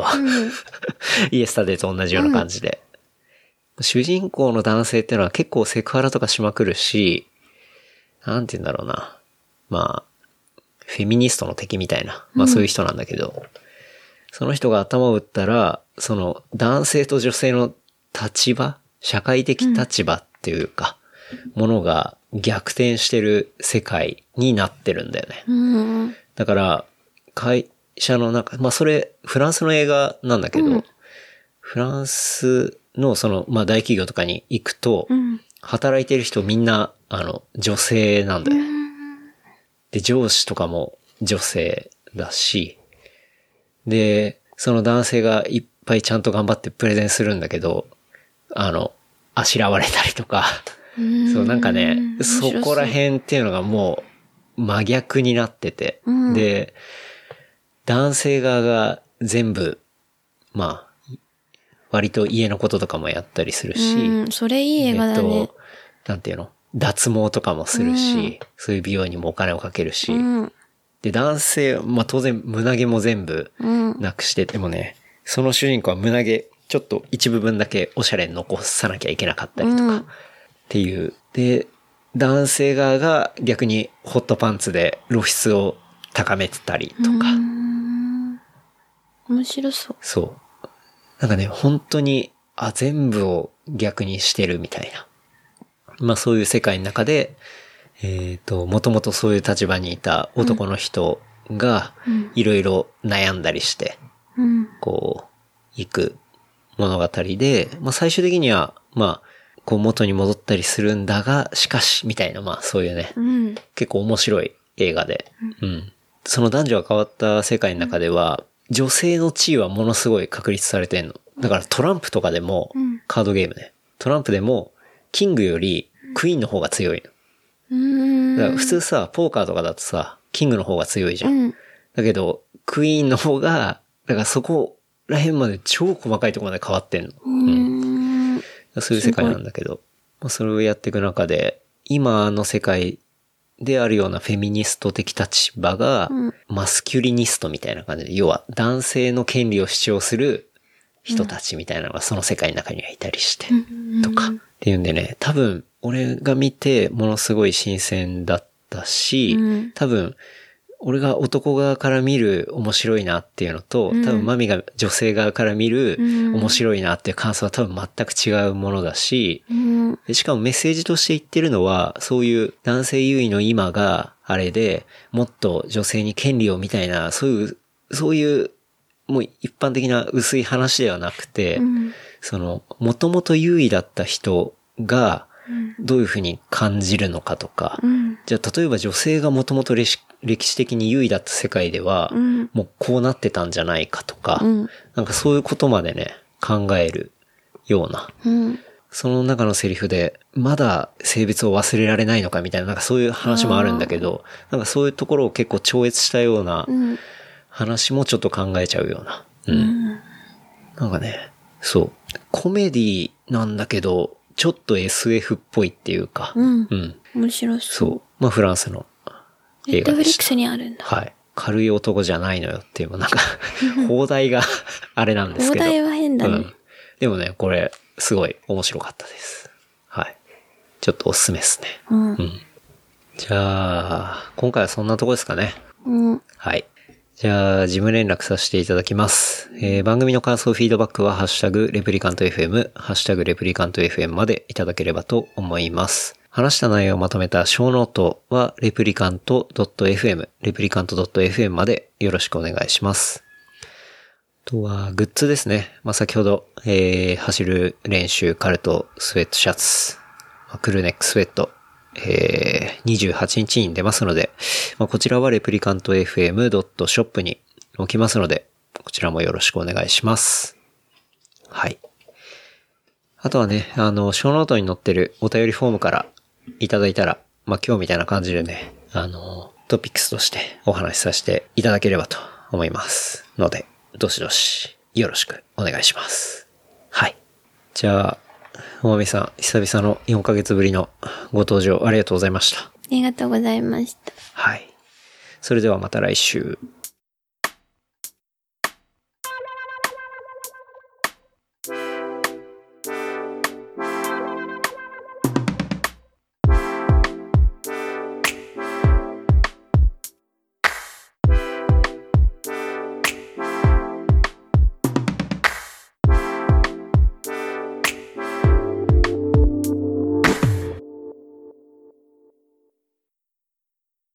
イエスタデーと同じような感じで、うん。主人公の男性っていうのは結構セクハラとかしまくるし、なんて言うんだろうな。まあ、フェミニストの敵みたいな、まあそういう人なんだけど、うん、その人が頭を打ったら、その男性と女性の立場、社会的立場っていうか、 ものが逆転してる世界になってるんだよね。 うん、 だから、会社の中、まあそれ、フランスの映画なんだけど、うん、フランスのその、まあ大企業とかに行くと、うん、働いてる人みんな、あの、女性なんだよね。うん、で、上司とかも女性だし、で、その男性がいっぱいちゃんと頑張ってプレゼンするんだけど、あの、あしらわれたりとか、そう、なんかね、そこら辺っていうのがもう真逆になってて、うん、で、男性側が全部、まあ、割と家のこととかもやったりするし、 うん、それいい映画だね。えっと、 なんていうの？脱毛とかもするし、うん、そういう美容にもお金をかけるし、うん、で、男性、まあ当然胸毛も全部なくしててもね、その主人公は胸毛、ちょっと一部分だけおしゃれに残さなきゃいけなかったりとか、うん、っていう。で、男性側が逆にホットパンツで露出を高めてたりとか。うーん、面白そう。 そう。なんかね、本当に、あ、全部を逆にしてるみたいな。まあそういう世界の中で、えっと、もともとそういう立場にいた男の人が、いろいろ悩んだりして、うん、こう、行く物語で、まあ最終的には、まあ、こう元に戻ったりするんだが、しかし、みたいな、まあそういうね、うん、結構面白い映画で、うん、うん。その男女が変わった世界の中では、女性の地位はものすごい確立されてんの。だからトランプとかでも、うん、カードゲームね。トランプでも、キングよりクイーンの方が強いの。うん、だから普通さ、ポーカーとかだとさ、キングの方が強いじゃん。うん、だけど、クイーンの方が、だからそこら辺まで超細かいところまで変わってんの。うん、そういう世界なんだけど、まあ、それをやっていく中で、今の世界であるようなフェミニスト的立場が、マスキュリニストみたいな感じで、要は男性の権利を主張する人たちみたいなのがその世界の中にはいたりして、とか。っていうんでね、多分俺が見てものすごい新鮮だったし、多分俺が男側から見る面白いなっていうのと、多分マミが女性側から見る面白いなっていう感想は多分全く違うものだし、しかもメッセージとして言ってるのは、そういう男性優位の今があれで、もっと女性に権利をみたいな、そういう、そういうもう一般的な薄い話ではなくて、その、もともと優位だった人が、どういうふうに感じるのかとか、うん、じゃあ例えば女性がもともと歴史的に優位だった世界では、うん、もうこうなってたんじゃないかとか、うん、なんかそういうことまでね、考えるような、うん、その中のセリフで、まだ性別を忘れられないのかみたいな、なんかそういう話もあるんだけど、なんかそういうところを結構超越したような話もちょっと考えちゃうような。うん。うん、なんかね、そう。コメディなんだけど、ちょっと エスエフ っぽいっていうか。うん。うん。 面白そう。 そう。まあフランスの映画でした。ネットフリックスにあるんだ。 はい。軽い男じゃないのよっていう、なんか、放題があれなんですけど。 放題は変だね。うん。 でもね、これ、すごい面白かったです。はい。ちょっとおすすめですね。うん。うん、じゃあ、今回はそんなとこですかね。うん。はい。じゃあ、事務連絡させていただきます。えー、番組の感想、フィードバックは、ハッシュタグ、レプリカント エフエム、ハッシュタグ、レプリカント エフエム までいただければと思います。話した内容をまとめた小ノートは、レプリカント エフエム、レプリカント エフエム までよろしくお願いします。あとは、グッズですね。まあ、先ほど、えー、走る練習カルトスウェットシャツ、クルーネックスウェット、えー、にじゅうはちにちに出ますので、まあ、こちらはレプリカント エフエム ドット ショップ に置きますので、こちらもよろしくお願いします。はい。あとはね、あの、ショーノートに載ってるお便りフォームからいただいたら、まあ、今日みたいな感じでね、あの、トピックスとしてお話しさせていただければと思いますので、どしどしよろしくお願いします。はい。じゃあ、おまみさん、久々のよんかげつぶりのご登場ありがとうございました。ありがとうございました。 はい。それではまた来週。